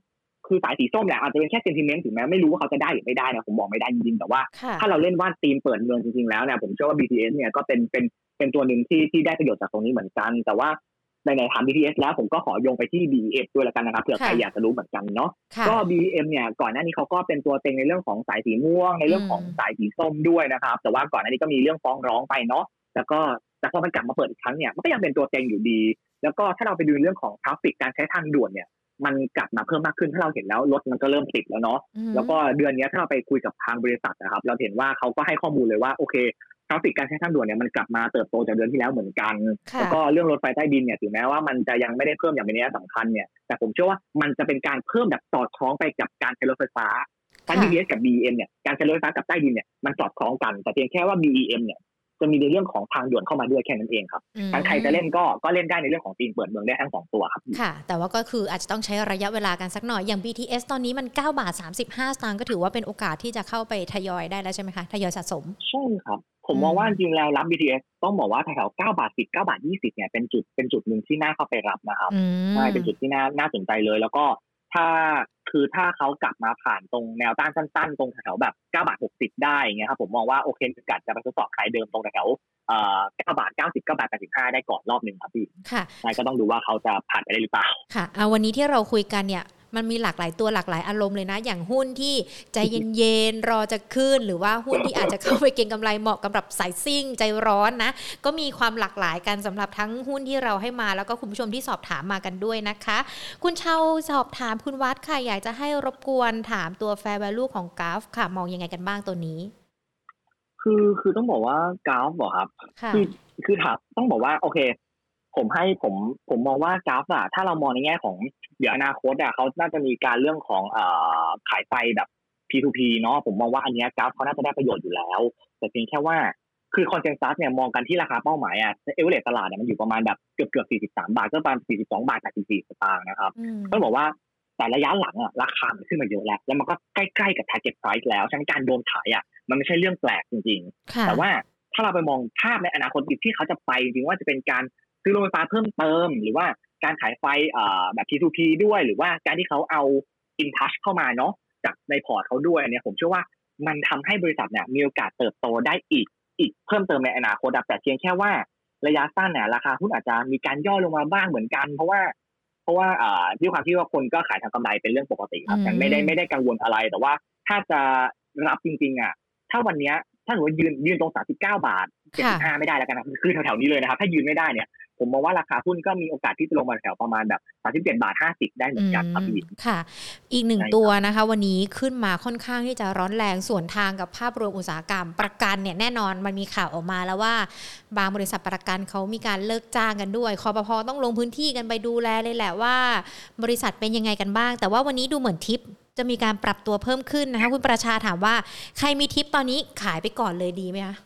คือสายสีส้มแหละอาจจะเป็นแค่เซนติเมนต์ถึงแม้ไม่รู้ว่าเขาจะได้หรือไม่ได้นะผมบอกไม่ได้จริงๆแต่ว่าถ้าเราเล่นว่าธีมเปิดเมืองจริงๆแล้วเนี่ยผมเชื่อว่า บี ที เอส เนี่ยก็เป็นเป็นเป็นตัวหนึ่งที่ที่ได้ประโยชน์จากตรงนี้เหมือนกันแต่ว่าในๆถาม บี ที เอส แล้วผมก็ขอโยงไปที่ บี อี เอ็ม ด้วยแล้วกันนะครับเผื่อใครอยากจะรู้เหมือนกันเนาะก็ บี อี เอ็ม เนี่ยก่อนหน้านี้เขาก็เป็นตัวเต็งในเรื่องของสายสีม่วงในเรื่องของสายสีส้มด้วยนะครับแต่ว่าก่อนหน้านี้ก็มีเรื่องฟ้องร้องไปเนาะแล้วก็แต่พอมันกลับมาเปิดอีกครั้งเนี่ยมันก็ยังเป็นตัวเต็งอยู่ดีแล้วก็ถ้าเราไปดูเรื่องของทราฟฟิกการใช้ทางด่วนเนี่ยมันกลับมาเพิ่มมากขึ้นถ้าเราเห็นแล้วรถมันก็เริ่มติดแล้วเนาะแล้วก็เดือนนี้ถ้าเราไปคุยกับทางบริษัทนะครับเราเห็นว่าเขาก็ให้ข้อมูลเลยว่าโอเคทราฟฟิกการใช้ทางด่วนเนี่ยมันกลับมาเติบโตจากเดือนที่แล้วเหมือนกันแล้วก็เรื่องรถไฟใต้ดินเนี่ยถึงแม้ว่ามันจะยังไม่ได้เพิ่มอย่างเป็นนัยสำคัญเนี่ยแต่ผมเชื่อว่ามันจะเป็นการเพิ่มแบบสอดคล้องไปกับการใช้รถไฟฟ้าทั้ง บี ที เอส กับ บี อี เอ็ม เนี่ยการใช้รถไฟฟ้ากับใต้ดินเนี่ยมันสอดคล้องกันแต่เพียงแค่ว่า บี อี เอ็ม เนี่ยจะมีในเรื่องของทางด่วนเข้ามาด้วยแค่นั้นเองครับทั้งใครจะเล่นก็ก็เล่นได้ในเรื่องของธีมเปิดเมืองได้ทั้งสองตัวครับค่ะแต่ว่าก็คืออาจจะต้องใช้ระยะเวลากันสักหน่อยอย่าง บี ที เอส ตอนนี้มันเก้าบาทสามสิบห้าสตางค์ก็ถือว่าเป็นโอกาสที่จะเข้าไปทยอยได้แล้วใช่ไหมคะทยอยสะสมใช่ครับผมมองว่าจริงๆแล้วรับ บี ที เอส ต้องบอกว่าแถวๆเก้าบาทสิบ เก้าบาทยี่สิบเนี่ยเป็นจุดเป็นจุดนึงที่น่าเข้าไปรับนะครับใช่เป็นจุดที่น่าน่าสนใจเลยแล้วก็ถ้าคือถ้าเขากลับมาผ่านตรงแนวต้านสั้นๆตรงแถวๆแบบเก้าบาทหกสิบได้เงี้ยครับผมมองว่าโอเคมีโอกาสจะไปทดสอบขายเดิมตรงแถวเอ่อเก้าบาทเก้าสิบ เก้าบาทแปดสิบห้าได้ก่อนรอบนึงครับพี่ค่ะใช่ก็ต้องดูว่าเขาจะผ่านไปได้หรือเปล่าค่ะเอาวันนี้ที่เราคุยกันเนี่ยมันมีหลากหลายตัวหลากหลายอารมณ์เลยนะอย่างหุ้นที่ใจเย็นๆรอจะขึ้นหรือว่าหุ้นที่อาจจะเข้าไปเก็งกำไรเหมาะกับแบบสายซิ่งใจร้อนนะก็มีความหลากหลายกันสำหรับทั้งหุ้นที่เราให้มาแล้วก็คุณผู้ชมที่สอบถามมากันด้วยนะคะคุณเชาสอบถามคุณวัดค่ะอยากจะให้รบกวนถามตัว Fair Value ของ จี เอ เอฟ ค่ะมองยังไงกันบ้างตัวนี้คือคือต้องบอกว่า จี เอ เอฟ เหรอครับคือคือถามต้องบอกว่าโอเคผมให้ผมผมมองว่า จี เอ เอฟ อะถ้าเรามองในแง่ของเดี๋ยวอนาคตอะเขาน่าจะมีการเรื่องของเอ่อขายไฟแบบ พี ทู พี เนาะผมมองว่าอันนี้ จี เอ เอฟ เขาน่าจะได้ประโยชน์อยู่แล้วแต่เพียงแค่ว่าคือคอนเซนซัสเนี่ยมองกันที่ราคาเป้าหมายอะเอเวอเรจตลาดเนี่ยมันอยู่ประมาณแบบเกือบๆสี่สิบสามบาทก็ประมาณสี่สิบสองบาทแปดสิบสี่สตางค์นะครับต้องบอกว่าแต่ระยะหลังอะราคามันขึ้นมาเยอะแล้วแล้วมันก็ใกล้ๆกับ target price แล้วฉะนั้นการโดนขายอะมันไม่ใช่เรื่องแปลกจริงๆแต่ว่าถ้าเราไปมองภาพในอนาคตที่เขาจะไปจริงว่าจะเป็นการซื้อโรงไฟฟ้าเพิ่มเติมหรือว่าการขายไฟแบบ พี ทู พี ด้วยหรือว่าการที่เขาเอา InTouch เข้ามาเนาะจากในพอร์ตเขาด้วยเนี่ยผมเชื่อว่ามันทำให้บริษัทเนี่ยมีโอกาสเติบโตได้อีกอีกเพิ่มเติมในอนาคตแต่เพียงแค่ว่าระยะสั้นเนี่ยราคาหุ้นอาจจะมีการย่อลงมาบ้างเหมือนกันเพราะว่าเพราะว่าด้วยความที่ว่าคนก็ขายทางกำไรเป็นเรื่องปกติครับยังไม่ได้ไม่ได้กังวลอะไรแต่ว่าถ้าจะรับจริงๆอ่ะถ้าวันนี้ถ้าสมมติยืนยืนตรงสามสิบเก้าบาทเจ็ดสิบห้าไม่ได้แล้วกันนะคือแถวๆนี้เลยนะครับถ้ายืนไม่ได้เนี่ยผมมองว่าราคาหุ้นก็มีโอกาสที่จะลงมาแถวประมาณแบบสามสิบเจ็ดบาทห้าสิบได้เหมือนกันครับพี่ค่ะอีกหนึ่งตัวนะคะวันนี้ขึ้นมาค่อนข้างที่จะร้อนแรงส่วนทางกับภาพรวมอุตสาหกรรมประกันเนี่ยแน่นอนมันมีข่าวออกมาแล้วว่าบางบริษัทประกันเขามีการเลิกจ้างกันด้วยคปภ.ต้องลงพื้นที่กันไปดูแลเลยแหละว่าบริษัทเป็นยังไงกันบ้างแต่ว่าวันนี้ดูเหมือนทิปจะมีการปรับตัวเพิ่มขึ้นนะคะคุณประชาถามว่าใครมีทิปตอนนี้ขายไปก่อนเลยดีไหมคะ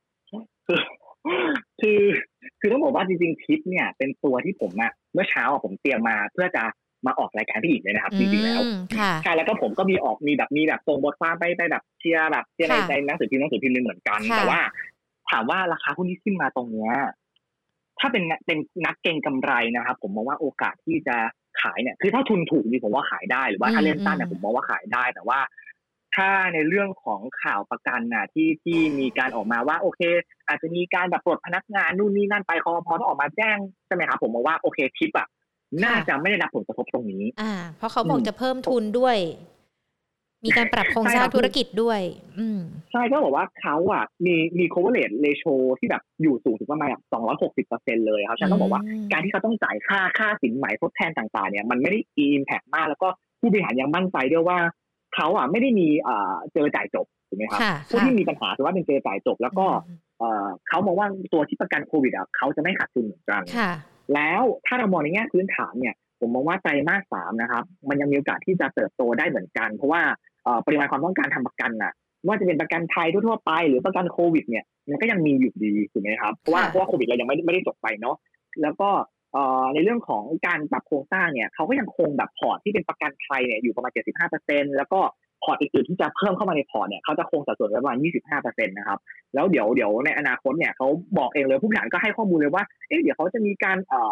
คือคือต้องบอกว่าจริงๆทิปเนี่ยเป็นตัวที่ผมอะเมื่อเช้าผมเตรียมมาเพื่อจะมาออกรายการพี่อีกเลยนะครับจริงๆแล้วใช่แล้วก็ผมก็มีออกมีแบบมีแบบส่งบทความไปไปแบบเชียร์แบบเชียร์ในในหนังสือพิมพ์หนังสือพิมพ์นึงเหมือนกันแต่ว่าถามว่าราคาหุ้นที่ขึ้นมาตรงเนี้ยถ้าเป็นเป็นนักเก็งกำไรนะครับผมมองว่าโอกาสที่จะขายเนี่ยคือถ้าทุนถูกนี่ผมว่าขายได้หรือว่าถ้าเล่นสั้นเนี่ยผมมองว่าขายได้แต่ว่าถ้าในเรื่องของข่าวประกันน่ะที่ที่มีการออกมาว่าโอเคอาจจะมีการแบบปลดพนักงานนู่นนี่นั่นไปคอพอต้องออกมาแจ้งใช่ไหมครับผมมองว่าโอเคทิปอ่ะน่าจะไม่ได้รับผลกระทบตรงนี้อ่าเพราะเขาบอกจะเพิ่มทุนด้วยมีการปรับโครงสร้างธุรกิจด้วยอืมใช่ก็บอกว่าเขาอ่ะมีมี coverage ratio ที่แบบอยู่สูงถึงประมาณแบบสองร้อยหกสิบเปอร์เซ็นต์เลยครับฉันต้องบอกว่าการที่เขาต้องจ่ายค่าค่าสินไหมทดแทนต่างๆเนี่ยมันไม่ได้ impact มากแล้วก็ผู้บริหารยังมั่นใจด้วยว่าเขาอ่ะไม่ได้มีเอ่อเจอจ่ายจบถูกไหมครับผู้ที่มีปัญหาคือว่าเป็นเจอจ่ายจบแล้วก็เอ่อเขามองว่าตัวที่ประกันโควิดอ่ะเขาจะไม่ขาดทุนเหมือนกันแล้วถ้าเรามองในแง่พื้นฐานเนี่ยผมมองว่าไตรมาสสามนะครับมันยังมีโอกาสที่จะเติบโตได้เหมือนกันเพราะว่าปริมาณความต้องการทำประกันน่ะว่าจะเป็นประกันไทยทั่วๆไปหรือประกันโควิดเนี่ยมันก็ยังมีอยู่ดีถูกไหมครับเพราะว่าเพราะว่าโควิดเรายังไม่ไม่ได้จบไปเนาะแล้วก็ในเรื่องของการปรับโครงสร้างเนี่ยเขาก็ยังคงแบบพอร์ตที่เป็นประกันไทยเนี่ยอยู่ประมาณ เจ็ดสิบห้าเปอร์เซ็นต์ แล้วก็พอร์ตอื่นๆที่จะเพิ่มเข้ามาในพอร์ตเนี่ยเขาจะคงสัดส่วนประมาณ ยี่สิบห้าเปอร์เซ็นต์ นะครับแล้วเดี๋ยวเดี๋ยวในอนาคตเนี่ยเขาบอกเองเลยผู้บริหารก็ให้ข้อมูลเลยว่าเอ๊ะเดี๋ยวเขาจะมีการเอ่อ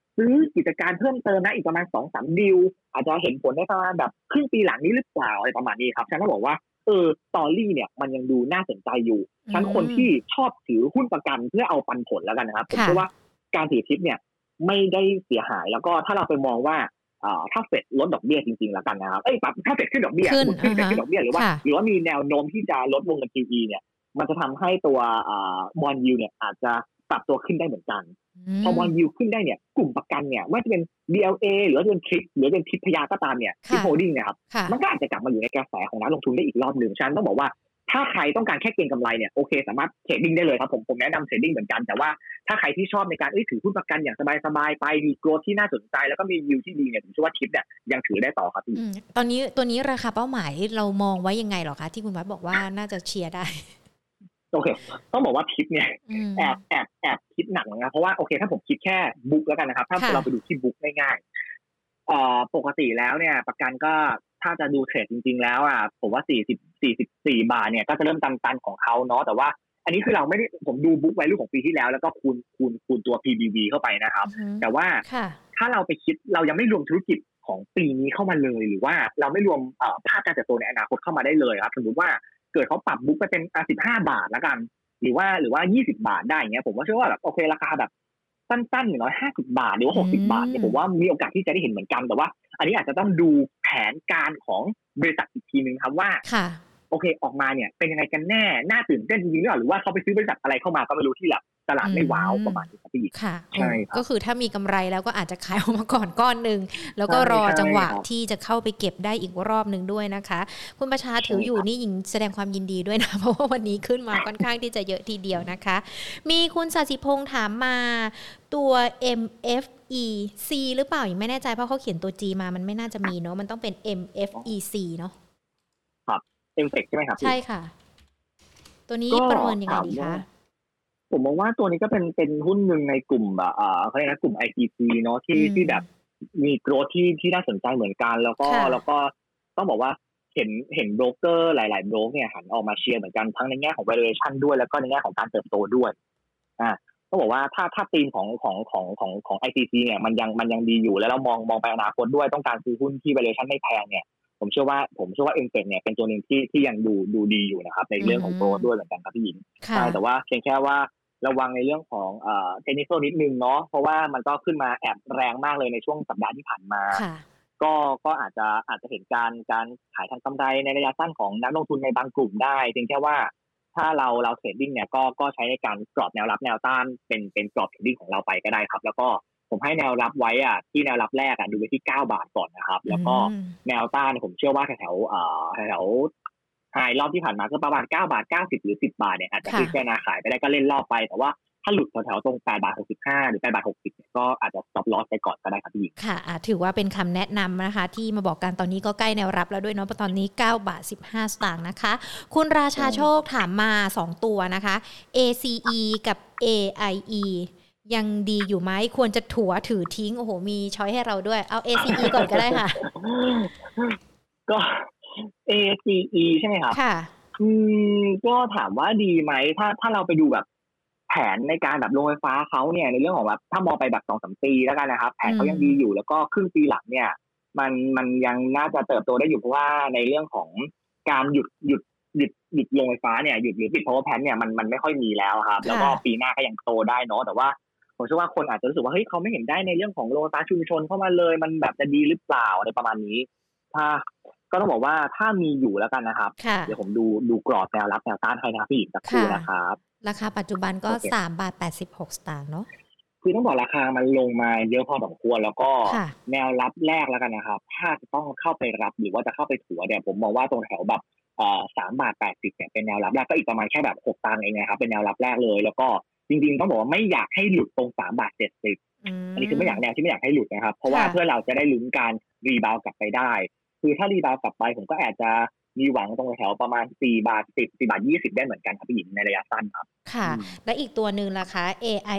ซื้อกิจการเพิ่มเติมนะอีกประมาณ สองถึงสาม ดีลอาจจะเห็นผลในประมาณแบบครึ่งปีหลังนี้หรือเปล่าอะไรประมาณนี้ครับฉันก็บอกว่าเออสตอรี่เนี่ยมันยังดูน่าสนใจอยู่ทั้งคนที่ชอบถือหุ้นประกันเพื่อเอาปันผลแล้วกันนะครับผมเชื่อว่าการถือทิปเนี่ยไม่ได้เสียหายแล้วก็ถ้าเราไปมองว่าถ้าเฟดลดดอกเบี้ยจริงๆแล้วกันนะครับเอ้ยถ้าเฟดขึ้นดอกเบี้ยขึ้นเฟดขึ้นดอกเบี้ยหรือว่าหรือว่ามีแนวโน้มที่จะลดวงเงิน คิว อี เนี่ยมันจะทำให้ตัวบอนด์ยิลด์เนี่ยอาจจะปรับตัวขึ้นได้เหมือนกันพอบอนด์ยิลด์ขึ้นได้เนี่ยกลุ่มประกันเนี่ยไม่ว่าจะเป็น ดี แอล เอ หรือว่าจะเป็นทริปหรือเป็นทิพยาก็ตามเนี่ยทิปโฮลดิ้งนะครับมันก็อาจจะกลับมาอยู่ในกระแสของนักลงทุนได้อีกรอบหนึ่งฉะนั้นต้องบอกว่าถ้าใครต้องการแค่เก็งกำไรเนี่ยโอเคสามารถเทรดดิ้งได้เลยครับผมผมแนะนำเทรดดิ้งเหมือนกันแต่ว่าถ้าใครที่ชอบในการถือหุ้นประกันอย่างสบายๆไปมีโกรธที่น่าสนใจแล้วก็มียิวที่ดีเนี่ยผมเชื่อว่าทิปเนี่ยยังถือได้ต่อครับพี่ตอนนี้ตัวนี้ราคาเป้าหมายเรามองไว้ยังไงหรอคะที่คุณวัดบอกว่าน่าจะเชียร์ได้โอเคต้องบอกว่าทิปเนี่ยแอบแอบแอบคิดหนักนะเพราะว่าโอเคถ้าผมคิดแค่บุ๊กแล้วกันนะครับถ้าเราไปดูที่บุ๊กง่ายๆเอ่อปกติแล้วเนี่ยประกันก็ถ้าจะดูเทรดจริงๆแล้วอ่ะผมว่าสี่สิบ สี่สิบสี่บาทเนี่ยก็จะเริ่มตันๆของเขาเนาะแต่ว่าอันนี้คือเราไม่ได้ผมดูบุ๊กไว้รูปของปีที่แล้วแล้วก็คูณคูณคูณตัว พี บี วี เข้าไปนะครับแต่ว่าถ้าเราไปคิดเรายังไม่รวมธุรกิจของปีนี้เข้ามาเลยหรือว่าเราไม่รวมเอ่อภาพการเติบโตในอนาคตเข้ามาได้เลยครับสมมติว่าเกิดเขาปรับบุ๊กไปเป็นสิบห้าบาทแล้วกันหรือว่าหรือว่ายี่สิบบาทได้เงี้ยผมว่าเชื่อว่าแบบโอเคราคาแบบสั้นๆอย่างน้อยห้าสิบบาทหรือว่าหกสิบบาทเนี่ยผมว่ามีโอกาสที่จะได้เห็นเหมือนกันแต่ว่าอันนี้อาจจะต้องดูแผนการของบริษัทอีกทีนึงครับว่าโอเคออกมาเนี่ยเป็นยังไงกันแน่น่าตื่นเต้นจริงๆหรือเปล่าหรือว่าเขาไปซื้อบริษัทอะไรเข้ามาก็ไม่รู้ที่แบบตลาดไม่ว้าวประมาณนี้ครับพี่ค่ะใช่ก็คือถ้ามีกำไรแล้วก็อาจจะขายออกมาก่อนก้อนนึงแล้วก็รอจังหวะที่จะเข้าไปเก็บได้อีกรอบนึงด้วยนะคะคุณประชาถืออยู่นี่หญิงแสดงความยินดีด้วยนะเพราะว่าวันนี้ขึ้นมาค่อนข้างที่จะเยอะทีเดียวนะคะมีคุณศศิพงษ์ถามมาตัว เอ็ม เอฟ อี ซี หรือเปล่าหญิงไม่แน่ใจเพราะเขาเขียนตัว G มามันไม่น่าจะมีเนาะมันต้องเป็น เอ็ม เอฟ อี ซี เนาะครับเอ็มเฟกใช่ไหมครับใช่ค่ะตัวนี้ประเมินยังไงดีคะผมมองว่าตัวนี้ก็เป็นเป็นหุ้นหนึ่งในกลุ่มแบบอ่าเขาเรียกนะกลุ่ม ไอ ที ซี เนาะที่ที่แบบมีโกรธที่ที่น่าสนใจเหมือนกันแล้วก็แล้วก็ต้องบอกว่าเห็นเห็นโบรกเกอร์หลายๆโบรกเนี่ยหันออกมาเชียร์เหมือนกันทั้งในแง่ของ valuation ด้วยแล้วก็ในแง่ของการเติบโตด้วยอ่าต้องบอกว่าถ้าถ้าธีมของของของของของ ไอ ที ซี เนี่ยมันยังมันยังดีอยู่แล้วเรามองมองไปอนาคตด้วยต้องการซื้อหุ้นที่ valuation ไม่แพงเนี่ยผมเชื่อว่าผมเชื่อว่า เอ็ม เฟก เนี่ยเป็นตัวนึงที่ที่ยังดูดูดีอยู่นะครับในเรื่องของโกรธด้วยเหมือนกันครับพี่หญิงใช่แต่ว่าเพียงแค่ว่าระวังในเรื่องของเอ่อเทคนิคนิดนึงเนาะเพราะว่ามันก็ขึ้นมาแอบแรงมากเลยในช่วงสัปดาห์ที่ผ่านมาก็ก็อาจจะอาจจะเห็นการการขายทางกำไรในระยะสั้นของนักลงทุนในบางกลุ่มได้เพียงแค่ว่าถ้าเราเราเทรดดิ้งเนี่ยก็ก็ใช้ในการกรอบแนวรับแนวต้านเป็นเป็นกรอบเทรดดิ้งของเราไปก็ได้ครับแล้วก็ผมให้แนวรับไว้อ่ะที่แนวรับแรกอ่ะดูไปที่เก้าบาทก่อนนะครับแล้วก็แนวต้านผมเชื่อว่าแถวๆเอ่อแถวไฮรอบที่ผ่านมาก็ประมาณเก้าบาทเก้าสิบหรือสิบบาทเนี่ยอาจจะพิจารณาขายไปได้ก็เล่นรอบไปแต่ว่าถ้าหลุดแถวๆตรงแปดบาทหกสิบห้าหรือแปดบาทหกสิบก็อาจจะ stop loss ไปก่อนก็ได้ครับพี่ค่ะถือว่าเป็นคำแนะนำนะคะที่มาบอกกันตอนนี้ก็ใกล้แนวรับแล้วด้วยเนาะเพราะตอนนี้เก้าบาทสิบห้าสตางค์นะคะคุณราชาโชคถามมาสองตัวนะคะ เอ ซี อี กับ เอ ไอ อี ยังดีอยู่ไหมควรจะถัวถือทิ้งโอ้โหมีช้อยให้เราด้วยเอา เอ ซี อี ก่อนก็ได้ค่ะก็ เอ ซี อี ใช่ไหมครับค่ะอืมก็ถามว่าดีไหมถ้าถ้าเราไปดูแบบแผนในการแบบโรงไฟฟ้าเขาเนี่ยในเรื่องของแบบถ้ามองไปแบบ สองถึงสาม ปีแล้วกันนะครับแผนเขายังดีอยู่แล้วก็ครึ่งปีหลังเนี่ยมันมันยังน่าจะเติบโตได้อยู่เพราะว่าในเรื่องของการหยุดหยุดหยุดหยุดโรงไฟฟ้าเนี่ยหยุดหรือปิด power plant เนี่ยมันมันไม่ค่อยมีแล้วครับแล้วก็ปีหน้าก็ยังโตได้เนาะแต่ว่าผมเชื่อว่าคนอาจจะรู้สึกว่าเฮ้ยเขาไม่เห็นได้ในเรื่องของโรงไฟฟ้าชุมชนเข้ามาเลยมันแบบจะดีหรือเปล่าอะไรประมาณนี้ถ้าก็ต้องบอกว่าถ้ามีอยู่แล้วกันนะครับเดี๋ยวผมดูดูกรอบแนวรับแนวต้านให้นะพี่อีกสักครู่นะครับราคาปัจจุบันก็สามบาทแปดสิบหกสตางค์เนาะคือต้องบอกราคามันลงมาเยอะพอสมควรแล้วก็แนวรับแรกแล้วกันนะครับถ้าจะต้องเข้าไปรับหรือว่าจะเข้าไปถัวเนี่ยผมมองว่าตรงแถวแบบเอ่อสามบาทแปดสิบเนี่ยเป็นแนวรับแรกก็อีกประมาณแค่แบบหกตังค์เองนะครับเป็นแนวรับแรกเลยแล้วก็จริงๆต้องบอกว่าไม่อยากให้หลุดตรงสามบาทเจ็ดสิบอันนี้คือไม่อยากแนวที่ไม่อยากให้หลุดนะครับเพราะว่าเพื่อเราจะได้ลุ้นการรีบาวกลับไปได้คือถ้ารีบาวกลับไปผมก็อาจจะมีหวังตรงแถวประมาณสี่บาทสิบ สี่บาทยี่สิบได้เหมือนกันครับพี่หญิงในระยะสั้นครับค่ะและอีกตัวนึงล่ะคะ เอ ไอ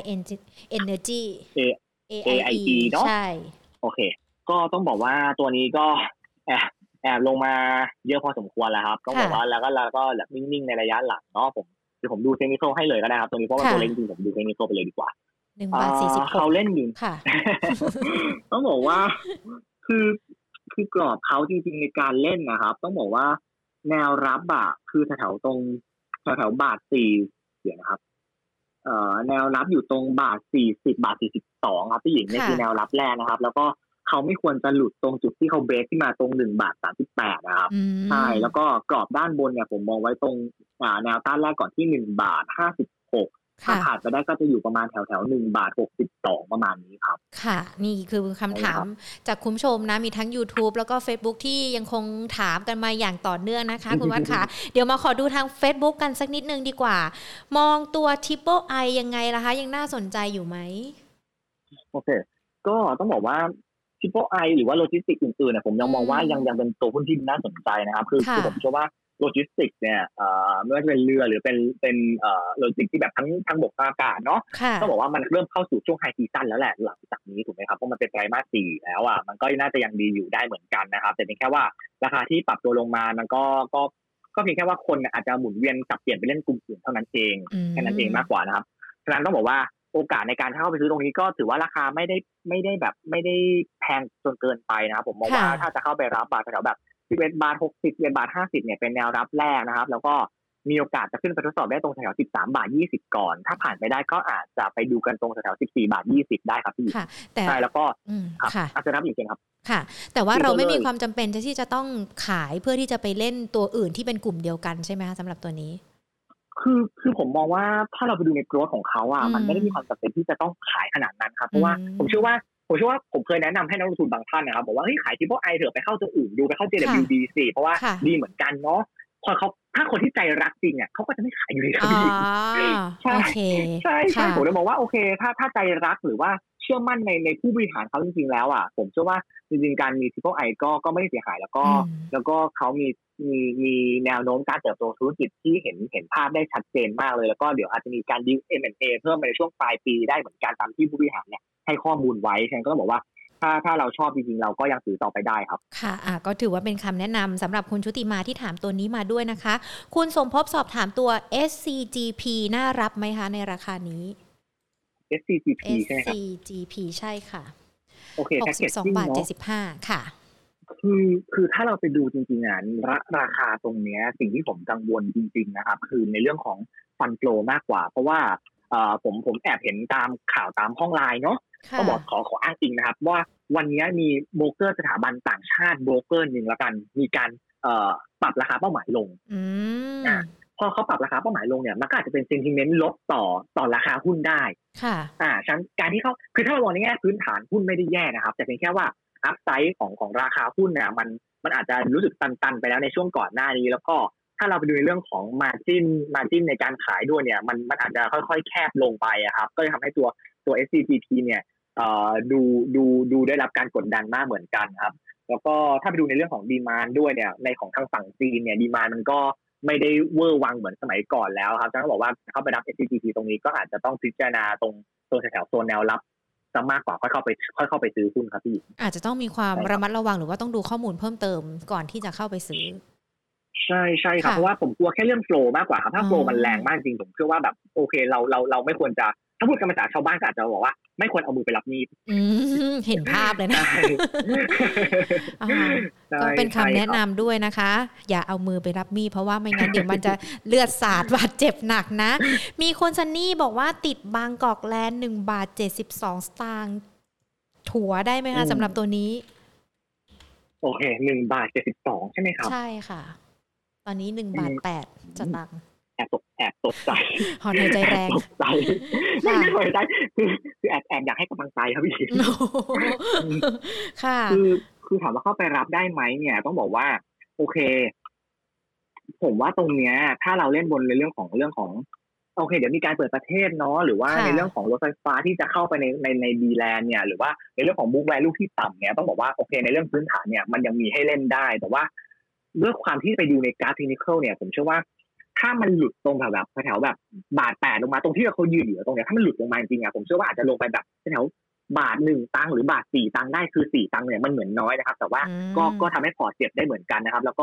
Energy เอ ไอ อี เนาะใช่โอเคก็ต้องบอกว่าตัวนี้ก็แอบแอบลงมาเยอะพอสมควรแล้วครับต้องบอกว่าแล้วก็แล้วก็แบบนิ่งๆในระยะหลังเนาะผมเดี๋ยวผมดูเทคนิคให้เลยก็ได้ครับตัวนี้เพราะว่าตัวเล็กจริงผมดูเทคนิคไปเลยดีกว่าหนึ่งบาทสี่สิบหกเขาเล่นอยู่ค่ะต้องบอกว่าคือคือกรอบเขาจริงๆในการเล่นนะครับต้องบอกว่าแนวรับอะคือแถวๆตรงแถวๆบาทสี่เดี๋ยวนะครับเอ่อแนวรับอยู่ตรงบาทสี่สิบบาทสี่สิบสองครับพี่หญิงนี่คือแนวรับแรกนะครับแล้วก็เขาไม่ควรจะหลุดตรงจุดที่เขาเบรกขึ้นมาตรงหนึ่งบาทสามสิบแปดนะครับใช่แล้วก็กรอบด้านบนเนี่ยผมมองไว้ตรงแนวต้านแรกก่อนที่หนึ่งบาทห้าสิบหกถ้าผ่านไปได้ก็จะอยู่ประมาณแถวแถวหนึ่งบาทหกสิบสองประมาณนี้ครับค่ะนี่คือคำถามจากคุณผู้ชมนะมีทั้ง YouTube แล้วก็ Facebook ที่ยังคงถามกันมาอย่างต่อเนื่องนะคะ คุณวัดค่ะเดี๋ยวมาขอดูทาง Facebook กันสักนิดนึงดีกว่ามองตัว Triple I ยังไงล่ะคะยังน่าสนใจอยู่ไหมโอเคก็ต้องบอกว่า Triple I หรือว่าโลจิสติกอื่นๆเนี่ยผมยังมองว่ายังยังเป็นตัวหุ้นที่น่าสนใจนะครับคือคือผมเชื่อว่าโลจิสติกเนี่ยเอ่อไม่ว่าจะเป็นเรือหรือเป็นเป็นเอ่อโลจิสติกที่แบบทั้งทั้งบกทั้งอากาศเนาะต้องบอกว่ามันเริ่มเข้าสู่ช่วงไฮซีซั่นแล้วแหละหลังจากนี้ถูกไหมครับเพราะมันเป็นไตรมาสสี่แล้วอ่ะมันก็น่าจะยังดีอยู่ได้เหมือนกันนะครับแต่เพียงแค่ว่าราคาที่ปรับตัวลงมามันก็ก็ก็เพียงแค่ว่าคนอาจจะหมุนเวียนกลับเปลี่ยนไปเล่นกลุ่มอื่นเท่านั้นเองแค่นั้นเองมากกว่านะครับฉะนั้นต้องบอกว่าโอกาสในการเข้าไปซื้อตรงนี้ก็ถือว่าราคาไม่ได้ไม่ได้แบบไม่ได้แพงจนเกินไปนะครับผมมองว่าถ้าจะเข้าไปรับบาทแถวแบบสิบเอ็ดบาทหกสิบ สิบเอ็ดบาทห้าสิบเนี่ยเป็นแนวรับแรกนะครับแล้วก็มีโอกาสจะขึ้นไปทดสอบได้ตรงแถวสิบสามบาทยี่สิบก่อนถ้าผ่านไปได้ก็อาจจะไปดูกันตรงแถวสิบสี่บาทยี่สิบได้ครับพี่ค่ะแต่ใช่แล้วก็ครับอาจจะรับอีกครับค่ะแต่ว่าเราไม่มีความจำเป็นที่จะต้องขายเพื่อที่จะไปเล่นตัวอื่นที่เป็นกลุ่มเดียวกันใช่ไหมคะสำหรับตัวนี้คือคือผมมองว่าถ้าเราไปดูในโกรธของเขาอ่ะมันไม่ได้มีความจำเป็นที่จะต้องขายขนาดนั้นครับเพราะว่าผมเชื่อว่าผมเชื่อว่าผมเคยแนะนำให้นักลงทุนบางท่านนะครับบอกว่าเฮ้ยขาย Triple I เถอะไปเข้าตัวอื่นดูไปเข้า เจ ดับเบิลยู ดี สิเพราะว่าดีเหมือนกันเนาะพอเขาถ้าคนที่ใจรักจริงอ่ะเขาก็จะไม่ขายอยู่ดีครับพี่ใช่ใช่ใช่ผมเลยมองว่าโอเคถ้าถ้าใจรักหรือว่าเชื่อมั่นในในผู้บริหารเขาจริงๆแล้วอ่ะผมเชื่อว่าจริงๆการมี Triple I ก็ก็ไม่ได้เสียหายแล้วก็แล้วก็เขามีมีมีแนวโน้มการเติบโตธุรกิจที่เห็นเห็นภาพได้ชัดเจนมากเลยแล้วก็เดี๋ยวอาจจะมีการดิว เอ็ม แอนด์ เอ เพิ่มในช่วงปลายปีได้เหมือนกันตามที่ผู้บริหารเนี่ยให้ข้อมูลไว้ฉะนั้นก็ต้องบอกว่าถ้าถ้าเราชอบจริงๆเราก็ยังถือต่อไปได้ครับค่ะอ่ะก็ถือว่าเป็นคำแนะนำสำหรับคุณชุติมาที่ถามตัวนี้มาด้วยนะคะคุณสมภพสอบถามตัว เอส ซี จี พี น่ารับไหมคะในราคานี้เอส ซี จี พี ใช่ไหมครับเอส ซี จี พี ใช่ค่ะโอเคหกสิบสองบาทเจ็ดสิบห้าค่ะคือคือถ้าเราไปดูจริงๆอ่ะราราคาตรงเนี้ยสิ่งที่ผมกังวลจริงๆนะครับคือในเรื่องของฟันโฟลมากกว่าเพราะว่าเอ่อผมผมแอบเห็นตามข่าวตามห้องไลน์เนาะก็บอกขอขออ้างอิงนะครับว่าวันนี้มีโบรกเกอร์สถาบันต่างชาติโบรกเกอร์หนึ่งละกันมีการเอ่อปรับราคาเป้าหมายลงอ่าพอเขาปรับราคาเป้าหมายลงเนี่ยมันก็อาจจะเป็นเซนติเมนต์ลบต่อต่อราคาหุ้นได้ค่ะอ่าฉะนั้นการที่เขาคือถ้าเรามองในแง่พื้นฐานหุ้นไม่ได้แย่นะครับแต่เพียงแค่ว่าอัพไซด์ของของราคาหุ้นเนี่ยมันมันอาจจะรู้สึกตันๆไปแล้วในช่วงก่อนหน้านี้แล้วก็ถ้าเราไปดูในเรื่องของ margin margin ในการขายด้วยเนี่ยมันมันอาจจะค่อยๆแคบลงไปอะครับก็จะทำให้ตัวตัว เอส ซี จี พี เนี่ยเอ่อดูดูดูได้รับการกดดันมากเหมือนกันครับแล้วก็ถ้าไปดูในเรื่องของดีมานด์ด้วยเนี่ยในของทางฝั่งจีนเนี่ยดีมานด์มันก็ไม่ได้เวอร์วังเหมือนสมัยก่อนแล้วครับฉะนั้นบอกว่าเข้าไปรับ เอส ซี จี พี ตรงนี้ก็อาจจะต้องพิจารณาตรงตรงแถวๆโซนแนวรับจะมากกว่าค่อยเข้าไปค่อยเข้าไปซื้อหุ้นครับพี่อาจจะต้องมีความระมัดระวังหรือว่าต้องดูข้อมูลเพิ่มเติมก่อนที่จะเข้าไปซื้อใช่ใช่ครับเพราะว่าผมกลัวแค่เรื่องโฟลว์มากกว่าครับถ้าโฟลว์มันแรงมากจริงผมเชื่อว่าแบบโอเคเราเราเราไม่ควรจะถ้าพูดกันภาษาชาวบ้านก็อาจจะบอกว่าไม่ควรเอามือไปรับมีดเห็นภาพเลยนะก็เป็นคำแนะนำด้วยนะคะอย่าเอามือไปรับมีดเพราะว่าไม่งั้นเดี๋ยวมันจะเลือดสาดบาดเจ็บหนักนะมีคนซันนี่บอกว่าติดบางกอกแลนด์หนึ่งบาทเจ็ดสิบสองสตางค์ถัวได้ไหมคะสำหรับตัวนี้โอเคหนึ่งบาทเจ็ดสิบสองใช่ไหมครับใช่ค่ะตอนนี้หนึ่งบาทแปดสตางค์แอบตกแอบตกใจหอนหายใจแรงตกใจไม่ได้หายใจคือคือแอบแอบอยากให้กำลังใจครับพี่ค่ะคือคือถามว่าเข้าไปรับได้ไหมเนี่ยต้องบอกว่าโอเคผมว่าตรงเนี้ยถ้าเราเล่นบนในเรื่องของเรื่องของโอเคเดี๋ยวมีการเปิดประเทศเนาะหรือว่าในเรื่องของรถไฟฟ้าที่จะเข้าไปในในในดีแลนด์เนี่ยหรือว่าในเรื่องของบุ๊กแวลูที่ต่ำเนี่ยต้องบอกว่าโอเคในเรื่องพื้นฐานเนี่ยมันยังมีให้เล่นได้แต่ว่าด้วยความที่ไปดูในกราฟเทคนิคอลเนี่ยผมเชื่อว่าถ้ามันหลุดตรงแบบแถวแบบบาทแปดลงมาตรงที่เขายืนอยู่ตรงเนี้ยถ้ามันหลุดลงมาจริงๆอ่ะผมเชื่อว่าอาจจะลงไปแบบแถวบาทหนึ่งตังค์หรือบาทสี่ตังค์ได้คือสี่ตังค์เนี่ยมันเหมือนน้อยนะครับแต่ว่าก็ก็ทำให้พอร์ตเจ็บได้เหมือนกันนะครับแล้วก็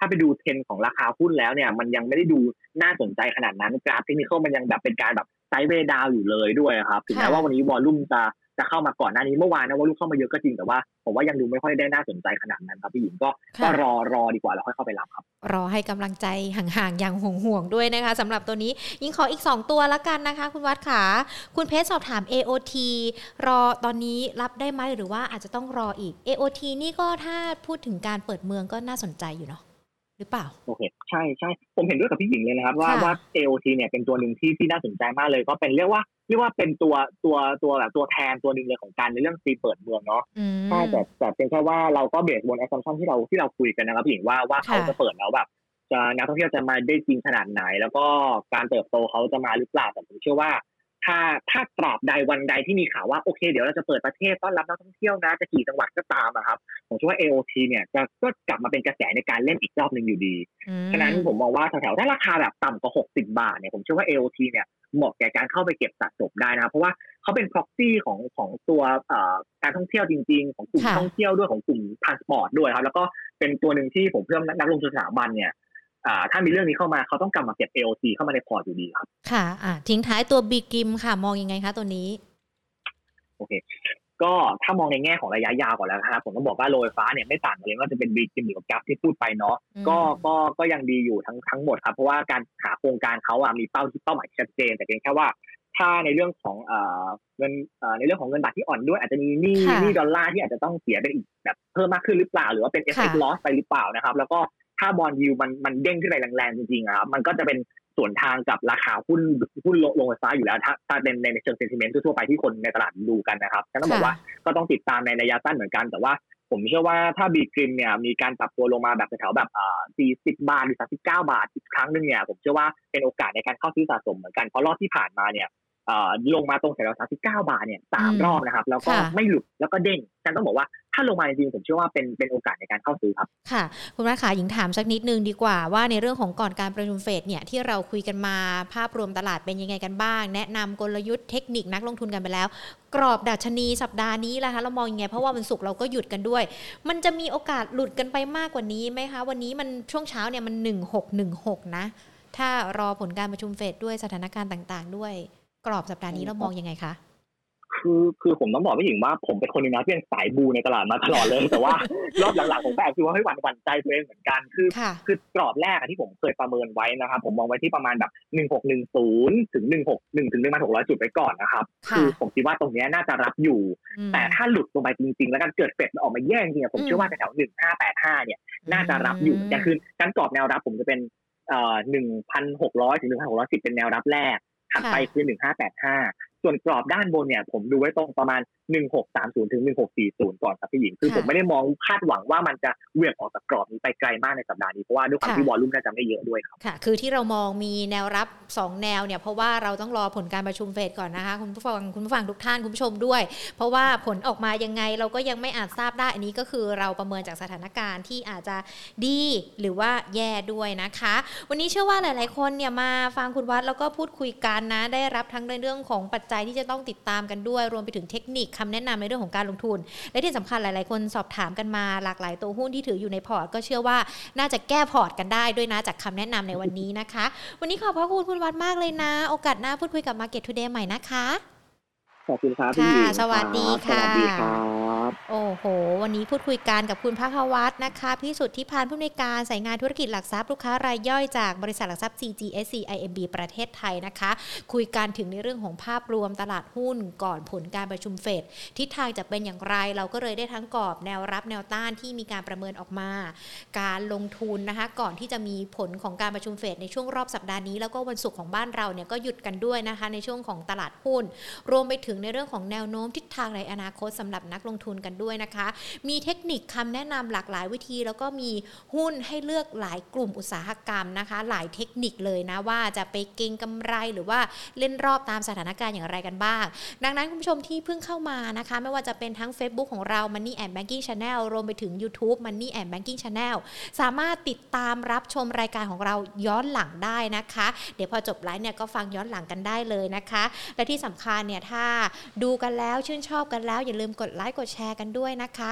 ถ้าไปดูเทรนด์ของราคาหุ้นแล้วเนี่ยมันยังไม่ได้ดูน่าสนใจขนาดนั้นกราฟเทคนิคมันยังแบบเป็นการแบบไซด์เวย์ดาวอยู่เลยด้วยครับถึงแม้ว่าวันนี้วอลลุ่มจะจะเข้ามาก่อนหน้านี้เมื่อวานนะวอลลุ่มเข้ามาเยอะก็จริงแต่ว่าผมว่ายังดูไม่ค่อยได้น่าสนใจขนาดนั้นครับพี่หญิงก็ก็รอรอดีกว่าแล้วค่อยเข้าไปรับครับรอให้กำลังใจห่างๆอย่างห่วงๆด้วยนะคะสำหรับตัวนี้ยิ่งขออีกสองตัวละกันนะคะคุณวัดขาคุณเพชรสอบถาม เอ โอ ที รอตอนนี้รับได้ไหมหรือว่าอาจจะต้องรออีก เอ โอ ที นี่ก็ถ้าพูดถึงการเปิดเมืองก็น่าสนใจอยู่เนาะหรือเปล่าโอเคใช่ใช่ผมเห็นด้วยกับพี่หญิงเลยนะครับว่าว่า เอ โอ ที เนี่ยเป็นตัวหนึ่งที่ที่น่าสนใจมากเลยก็เป็นเรียกว่าเรียกว่าเป็นตัวตัวตัวแบบตัวแทนตัวหนึ่งเลยของการในเรื่องซีเปิดเมืองเนาะใช่แต่แต่เป็นแค่ว่าเราก็เบสบนแอสซัมชันที่เราที่เราคุยกันนะครับพี่หญิงว่าว่าเขาจะเปิดแล้วแบบจะนักท่องเที่ยวจะมาได้จริงขนาดไหนแล้วก็การเติบโตเขาจะมาหรือเปล่าแต่ผมเชื่อว่าถ้าถ้าตราบใดวันใดที่มีข่าวว่าโอเคเดี๋ยวเราจะเปิดประเทศต้อนรับนักท่องเที่ยวนะจะกี่จังหวัดก็ตามอะครับผมเชื่อว่า เอ โอ ที เนี่ยจะก็กลับมาเป็นกระแสในการเล่นอีกรอบนึงอยู่ดีฉะนั้นผมมองว่าแถวๆถ้าราคาแบบต่ำกว่าหกสิบบาทเนี่ยผมเชื่อว่า เอ โอ ที เนี่ยเหมาะแก่การเข้าไปเก็บสะสมได้นะเพราะว่าเขาเป็น proxy ของของตัวเอ่อการท่องเที่ยวจริงๆของกลุ่มท่องเที่ยวด้วยของกลุ่ม transport ด้วยครับแล้วก็เป็นตัวนึงที่ผมเชื่อนักลงทุนสถาบันเนี่ยอ่าถ้ามีเรื่องนี้เข้ามาเขาต้องกลับมาเก็บ เอ โอ ที เข้ามาในพอร์ตอยู่ดีครับค่ะอ่ะทิ้งท้ายตัว บี จี ไอ เอ็ม ค่ะมองยังไงคะตัวนี้โอเคก็ถ้ามองในแง่ของระยะยาวก่อนแล้วนะครับผมต้องบอกว่าโรงไฟฟ้าเนี่ยไม่ต่างกันเลยว่าจะเป็น บี จี ไอ เอ็ม หรือ จี เอ พี ที่พูดไปเนาะก็ก็ก็ยังดีอยู่ทั้งทั้งหมดครับเพราะว่าการหาโครงการเขาอ่ะมีเป้าที่เป้าหมายชัดเจนแต่เพียงแค่ว่าถ้าในเรื่องของเอ่อเงินเอ่อในเรื่องของเงินบาทที่อ่อนด้วยอาจจะมีหนี้หนี้ดอลลาร์ที่อาจจะต้องเสียเป็นอีกแบบเพิ่มมากขึ้นหรือเปล่าหรือว่าเป็น เอฟ เอ็กซ์ loss ไปหรือเปล่านะครับแล้วก็ถ้าบอนด์ยิลด์มันมันเด้งขึ้นไปแรงๆจริงๆอ่ะมันก็จะเป็นส่วนทางกับราคาหุ้นหุ้นโรงไฟฟ้าอยู่แล้วถ้าถ้าเป็นในเชิงเซนติเมนต์ทั่วไปที่คนในตลาดดูกันนะครับฉะนั้นต้องบอกว่าก็ต้องติดตามในระยะสั้นเหมือนกันแต่ว่าผมเชื่อว่าถ้า บี จี ไอ เอ็ม เนี่ยมีการปรับตัวลงมาแบบแถวๆแบบอ่าสี่สิบบาทหรือสามสิบเก้าบาทอีกครั้งนึงเนี่ยผมเชื่อว่าเป็นโอกาสในการเข้าซื้อสะสมเหมือนกันเพราะรอบที่ผ่านมาเนี่ยอ่าลงมาตรงแถวๆสามสิบเก้าบาทเนี่ยสามรอบนะครับแล้วก็ไม่หลุดแล้วก็เด้งฉะนั้นต้องบอกว่าถ้าลงมาจริงๆผมเชื่อว่าเป็นเป็นโอกาสในการเข้าซื้อครับค่ะคุณรัฐขาหญิงถามสักนิดนึงดีกว่าว่าในเรื่องของก่อนการประชุมเฟดเนี่ยที่เราคุยกันมาภาพรวมตลาดเป็นยังไงกันบ้างแนะนำกลยุทธ์เทคนิคนักลงทุนกันไปแล้วกรอบดัชนีสัปดาห์นี้ล่ะคะเรามองยังไงเพราะว่าวันศุกร์เราก็หยุดกันด้วยมันจะมีโอกาสหลุดกันไปมากกว่านี้ไหมคะวันนี้มันช่วงเช้าเนี่ยมันหนึ่งหกหนึ่งหกนะถ้ารอผลการประชุมเฟดด้วยสถานการณ์ต่างๆด้วยกรอบสัปดาห์นี้เรามองยังไงคะคือคือผมต้องบอกพี่หญิงว่าผมเป็นคนนึงนะที่เป็นสายบูในตลาดมาตลอดเลยแต่ว่ารอบหลังๆผมก็แอบคิดว่าให้หวั่นหวั่นใจตัวเองเหมือนกันคือคือกรอบแรกที่ผมเคยประเมินไว้นะครับผมมองไว้ที่ประมาณแบบหนึ่งหกหนึ่งศูนย์ถึงหนึ่งหกหนึ่งถึงหนึ่งพันหกร้อยจุดไว้ก่อนนะครับคือผมคิดว่าตรงนี้น่าจะรับอยู่แต่ถ้าหลุดลงไปจริงๆแล้วกันเกิดเฟดออกมาแย่งจริงๆผมเชื่อว่าแถวๆหนึ่งพันห้าร้อยแปดสิบห้าเนี่ยน่าจะรับอยู่แต่คือการกรอบแนวรับผมจะเป็นเอ่อ หนึ่งพันหกร้อย ถึง หนึ่งพันหกร้อยสิบเป็นแนวรับแรกถัดไปคือหนึ่งพันห้าร้อยแปดสิบห้าส่วนกรอบด้านบนเนี่ยผมดูไว้ตรงประมาณหนึ่งพันหกร้อยสามสิบถึงหนึ่งพันหกร้อยสี่สิบก่อนครับพี่หญิงคือผมไม่ได้มองคาดหวังว่ามันจะเหวี่ยงออกจากกรอบนี้ไปไกลมากในสัปดาห์นี้เพราะว่าด้วยความที่วอลลุ่มน่าจะไม่เยอะด้วยครับค่ะคือที่เรามองมีแนวรับสองแนวเนี่ยเพราะว่าเราต้องรอผลการประชุมเฟดก่อนนะคะคุณผู้ฟังคุณผู้ฟังทุกท่านคุณผู้ชมด้วยเพราะว่าผลออกมายังไงเราก็ยังไม่อาจทราบได้อันนี้ก็คือเราประเมินจากสถานการณ์ที่อาจจะดีหรือว่าแย่ด้วยนะคะวันนี้เชื่อว่าหลายๆคนเนี่ยมาฟังคุณวัดแล้วก็พูดคุยกันนะได้รับทั้งในเรื่องของปัจจัยที่จะต้องติดตามกันด้วยรวมไปถึงเทคนิคคำแนะนำในเรื่องของการลงทุนและที่สำคัญหลายๆคนสอบถามกันมาหลากหลายตัวหุ้นที่ถืออยู่ในพอร์ตก็เชื่อว่าน่าจะแก้พอร์ตกันได้ด้วยนะจากคำแนะนำในวันนี้นะคะวันนี้ขอบพระคุณคุณวัดมากเลยนะโอกาสหน้าพูดคุยกับ Market Today ใหม่นะคะขอบคุณครับพี่สวัสดีค่ะสวัสดีครับโอ้โหวันนี้พูดคุยกันกับคุณภควัฒน์นะคะพิสุทธิพานผู้อำนวยการสายงานธุรกิจหลักทรัพย์ลูกค้ารายย่อยจากบริษัทหลักทรัพย์ ซี จี เอส ซี ไอ เอ็ม บี ประเทศไทยนะคะคุยกันถึงในเรื่องของภาพรวมตลาดหุ้นก่อนผลการประชุมเฟดทิศทางจะเป็นอย่างไรเราก็เลยได้ทั้งกรอบแนวรับแนวต้านที่มีการประเมินออกมาการลงทุนนะคะก่อนที่จะมีผลของการประชุมเฟดในช่วงรอบสัปดาห์นี้แล้วก็วันศุกร์ของบ้านเราเนี่ยก็หยุดกันด้วยนะคะในช่วงของตลาดหุ้นรวมไปถึงในเรื่องของแนวโน้มทิศทางในอนาคตสำหรับนักลงทุนกันด้วยนะคะมีเทคนิคคำแนะนำหลากหลายวิธีแล้วก็มีหุ้นให้เลือกหลายกลุ่มอุตสาหกรรมนะคะหลายเทคนิคเลยนะว่าจะไปเก็งกำไรหรือว่าเล่นรอบตามสถานการณ์อย่างไรกันบ้างดังนั้นคุณผู้ชมที่เพิ่งเข้ามานะคะไม่ว่าจะเป็นทั้ง Facebook ของเรา Money and Banking Channel รวมไปถึง YouTube Money and Banking Channel สามารถติดตามรับชมรายการของเราย้อนหลังได้นะคะเดี๋ยวพอจบไลฟ์เนี่ยก็ฟังย้อนหลังกันได้เลยนะคะและที่สำคัญเนี่ยถ้าดูกันแล้วชื่นชอบกันแล้วอย่าลืมกดไลค์กดแชร์กันด้วยนะคะกด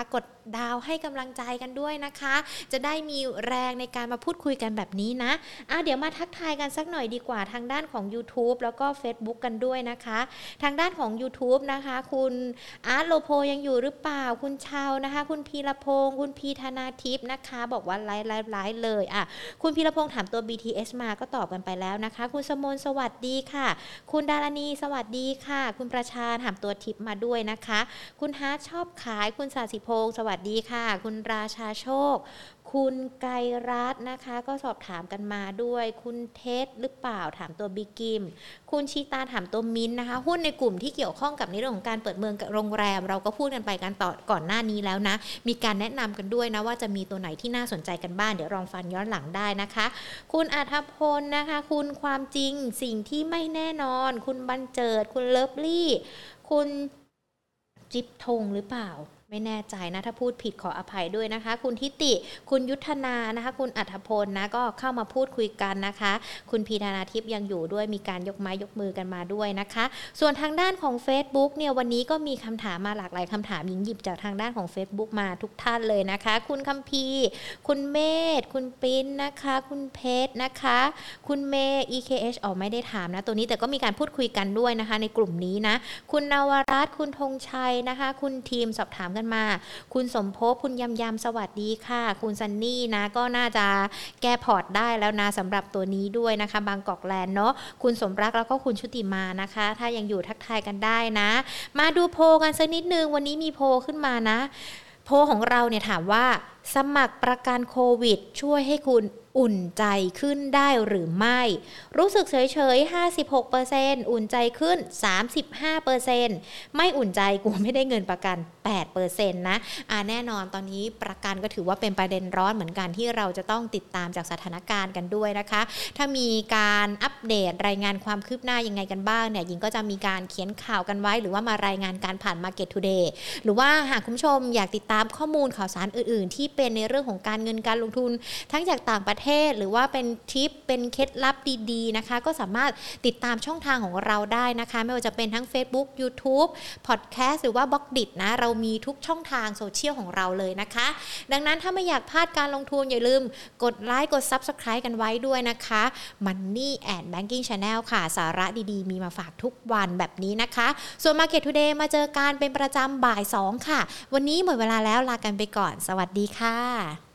ดาวให้กำลังใจกันด้วยนะคะจะได้มีแรงในการมาพูดคุยกันแบบนี้นะอ่ะเดี๋ยวมาทักทายกันสักหน่อยดีกว่าทางด้านของ YouTube แล้วก็ Facebook กันด้วยนะคะทางด้านของ YouTube นะคะคุณอาร์ตโลโพยังอยู่หรือเปล่าคุณชาวนะคะคุณพีรพงศ์คุณพีธนาทิพย์นะคะบอกว่าไลฟ์ไลฟ์ไลฟ์เลยอ่ะคุณพีรพงศ์ถามตัว บี ที เอส มาก็ตอบกันไปแล้วนะคะคุณสมนสวัสดีค่ะคุณดารณีสวัสดีค่ะคุณประชาถามตัวทิพย์มาด้วยนะคะคุณฮาร์ทชอบขายคุณศาสิพงศ์สวัสดีค่ะคุณราชาโชคคุณไกรรัตน์นะคะก็สอบถามกันมาด้วยคุณเทสหรือเปล่าถามตัวบิ๊กกิมคุณชีตาถามตัวมินนะคะหุ้นในกลุ่มที่เกี่ยวข้องกับในเรื่องของการเปิดเมืองโรงแรมเราก็พูดกันไปกันต่อก่อนหน้านี้แล้วนะมีการแนะนำกันด้วยนะว่าจะมีตัวไหนที่น่าสนใจกันบ้างเดี๋ยวลองฟังย้อนหลังได้นะคะคุณอัธพลนะคะคุณความจริงสิ่งที่ไม่แน่นอนคุณบรรเจิดคุณเลิฟลี่คุณจิ๊บธงหรือเปล่าไม่แน่ใจนะถ้าพูดผิดขออภัยด้วยนะคะคุณทิติคุณยุทธนานะคะคุณอัธพลนะก็เข้ามาพูดคุยกันนะคะคุณพีธนาทิพย์ยังอยู่ด้วยมีการยกไม้ยกมือกันมาด้วยนะคะส่วนทางด้านของ Facebook เนี่ยวันนี้ก็มีคำถามมาหลากหลายคำถามหญิงหยิบจากทางด้านของ Facebook มาทุกท่านเลยนะคะคุณคัมพีคุณเมธคุณปิ้นนะคะคุณเพชรนะคะคุณเมย์ อี เค เอช อ๋อไม่ได้ถามนะตัวนี้แต่ก็มีการพูดคุยกันด้วยนะคะในกลุ่มนี้นะคุณนวรัตน์คุณธงชัยนะคะคุณทีมสอบถามมาคุณสมภพคุณยำยำสวัสดีค่ะคุณซันนี่นะก็น่าจะแก้พอร์ตได้แล้วนะสำหรับตัวนี้ด้วยนะคะบางกอกแลนด์เนาะคุณสมรักแล้วก็คุณชุติมานะคะถ้ายังอยู่ทักทายกันได้นะมาดูโพลกันสักนิดนึงวันนี้มีโพลขึ้นมานะโพลของเราเนี่ยถามว่าสมัครประกันโควิดช่วยให้คุณอุ่นใจขึ้นได้หรือไม่รู้สึกเฉยๆ ห้าสิบหกเปอร์เซ็นต์ อุ่นใจขึ้น สามสิบห้าเปอร์เซ็นต์ ไม่อุ่นใจกลัวไม่ได้เงินประกัน แปดเปอร์เซ็นต์ นะอ่าแน่นอนตอนนี้ประกันก็ถือว่าเป็นประเด็นร้อนเหมือนกันที่เราจะต้องติดตามจากสถานการณ์กันด้วยนะคะถ้ามีการอัปเดตรายงานความคืบหน้ายังไงกันบ้างเนี่ยหญิงก็จะมีการเขียนข่าวกันไว้หรือว่ามารายงานการผ่าน Market Today หรือว่าหากคุณผู้ชมอยากติดตามข้อมูลข่าวสารอื่นๆที่เป็นในเรื่องของการเงินการลงทุนทั้งจากต่างประเทศหรือว่าเป็นทิปเป็นเคล็ดลับดีๆนะคะก็สามารถติดตามช่องทางของเราได้นะคะไม่ว่าจะเป็นทั้ง Facebook YouTube Podcast หรือว่า บล็อกดิท นะเรามีทุกช่องทางโซเชียลของเราเลยนะคะดังนั้นถ้าไม่อยากพลาดการลงทุนอย่าลืมกดไลค์กด ซับสไครบ์ กันไว้ด้วยนะคะ Money and Banking Channel ค่ะสาระดีๆมีมาฝากทุกวันแบบนี้นะคะส่วน Market Today มาเจอกันเป็นประจำบ่ายสองค่ะวันนี้หมดเวลาแล้วลากันไปก่อนสวัสดีค่ะ